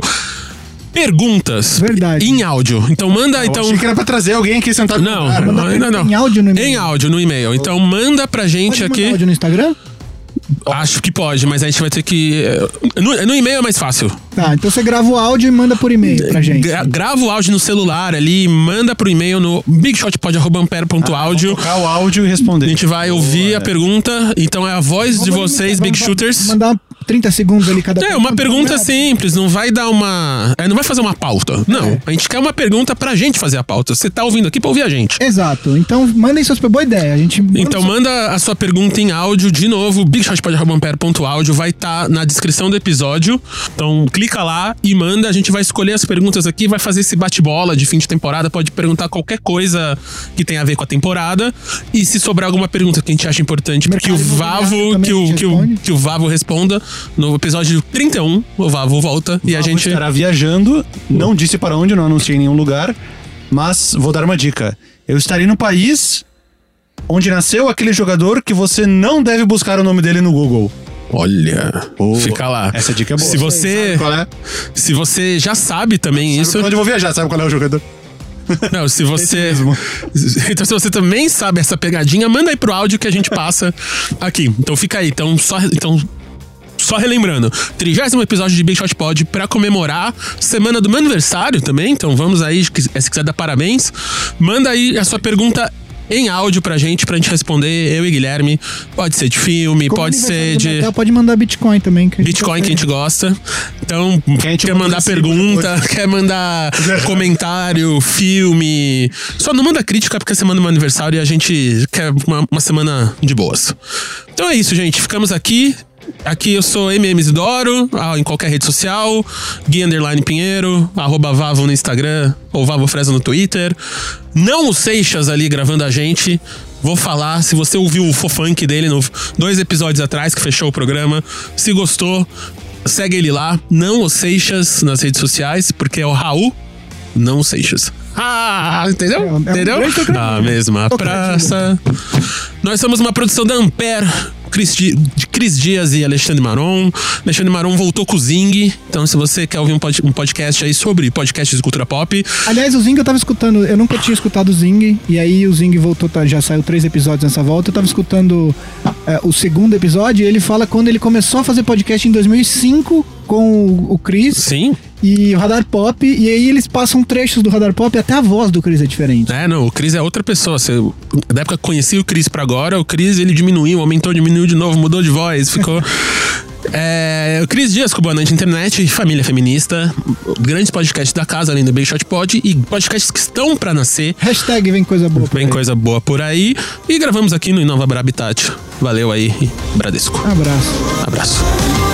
perguntas Verdade. em áudio. Então manda, Eu então. achei que era pra trazer alguém aqui sentado Não, no cara. manda ainda não. em áudio no e-mail. Em áudio no e-mail. Então manda pra gente Pode mandar aqui. áudio no Instagram? Acho que pode, mas a gente vai ter que... No, no e-mail é mais fácil. Tá, então você grava o áudio e manda por e-mail pra gente. Gra grava o áudio no celular ali, manda pro e-mail no bigshotpod arroba ampere ponto audio. Tocar o áudio e responder. A gente vai ouvir Boa, a pergunta, então é a voz de vocês, Big Shooters. Mandar trinta segundos ali cada É, uma pergunta simples, não vai dar uma... É, não vai fazer uma pauta, não. É. A gente quer uma pergunta pra gente fazer a pauta. Você tá ouvindo aqui pra ouvir a gente. Exato, então mandem suas... Boa ideia, a gente... Manda então sua... manda a sua pergunta em áudio, de novo, bigshotpod arroba ampere ponto audio, vai estar tá na descrição do episódio. Então clica lá e manda, a gente vai escolher as perguntas aqui, vai fazer esse bate-bola de fim de temporada, pode perguntar qualquer coisa que tenha a ver com a temporada. E se sobrar alguma pergunta que a gente acha importante, que o Vavo, que o, que, o, que o Vavo responda, no episódio trinta e um, o Vavo volta e Vavo a gente... estará viajando, não disse para onde, não anunciei em nenhum lugar, mas vou dar uma dica. Eu estarei no país onde nasceu aquele jogador que você não deve buscar o nome dele no Google. Olha, oh, fica lá. Essa dica é boa. Se você, sabe qual é? Se você já sabe também sabe isso... Sabe onde eu vou viajar, sabe qual é o jogador? Não, se você... Então, se você também sabe essa pegadinha, manda aí pro áudio que a gente passa aqui. Então fica aí. Então, só... Então, Só relembrando, trigésimo episódio de Big Shot Pod pra comemorar semana do meu aniversário também. Então vamos aí, se quiser dar parabéns, manda aí a sua pergunta em áudio pra gente, pra gente responder, eu e Guilherme. Pode ser de filme, Como pode ser de... Natal, pode mandar Bitcoin também. Que Bitcoin que a gente gosta. Então, quer mandar pergunta, quer mandar comentário, filme. Só não manda crítica porque é semana do meu aniversário e a gente quer uma, uma semana de boas. Então é isso, gente. Ficamos aqui. Aqui eu sou M M Isidoro, em qualquer rede social, Gui Underline Pinheiro, arroba Vavo no Instagram, ou Vavo Fresa no Twitter. Não o Seixas ali gravando a gente. Vou falar, se você ouviu o Fofunk dele no, dois episódios atrás, que fechou o programa, se gostou, segue ele lá. Não o Seixas nas redes sociais, porque é o Raul, não o Seixas. Ah, entendeu? É, é entendeu? Um Na mesma praça. Nós somos uma produção da Ampere, Cris, de Cris Dias e Alexandre Maron. Alexandre Maron voltou com o Zing. Então, se você quer ouvir um, pod, um podcast aí sobre podcasts de cultura pop... Aliás, o Zing eu tava escutando... Eu nunca tinha escutado o Zing. E aí o Zing voltou, tá, já saiu três episódios nessa volta. Eu tava escutando é, o segundo episódio. E ele fala quando ele começou a fazer podcast em dois mil e cinco com o, o Cris. Sim. E o Radar Pop, e aí eles passam trechos do Radar Pop, até a voz do Cris é diferente. É, não, o Cris é outra pessoa. Você, da época que eu conheci o Cris pra agora, o Cris ele diminuiu, aumentou, diminuiu de novo, mudou de voz, ficou... É, o Cris Dias com Boa Noite Internet, Família Feminista, grandes podcasts da casa, além do Big Shot Pod, e podcasts que estão pra nascer. Hashtag vem coisa boa por Vem aí. coisa boa por aí. E gravamos aqui no Inova Habitat. Valeu aí, Bradesco. Abraço. Abraço.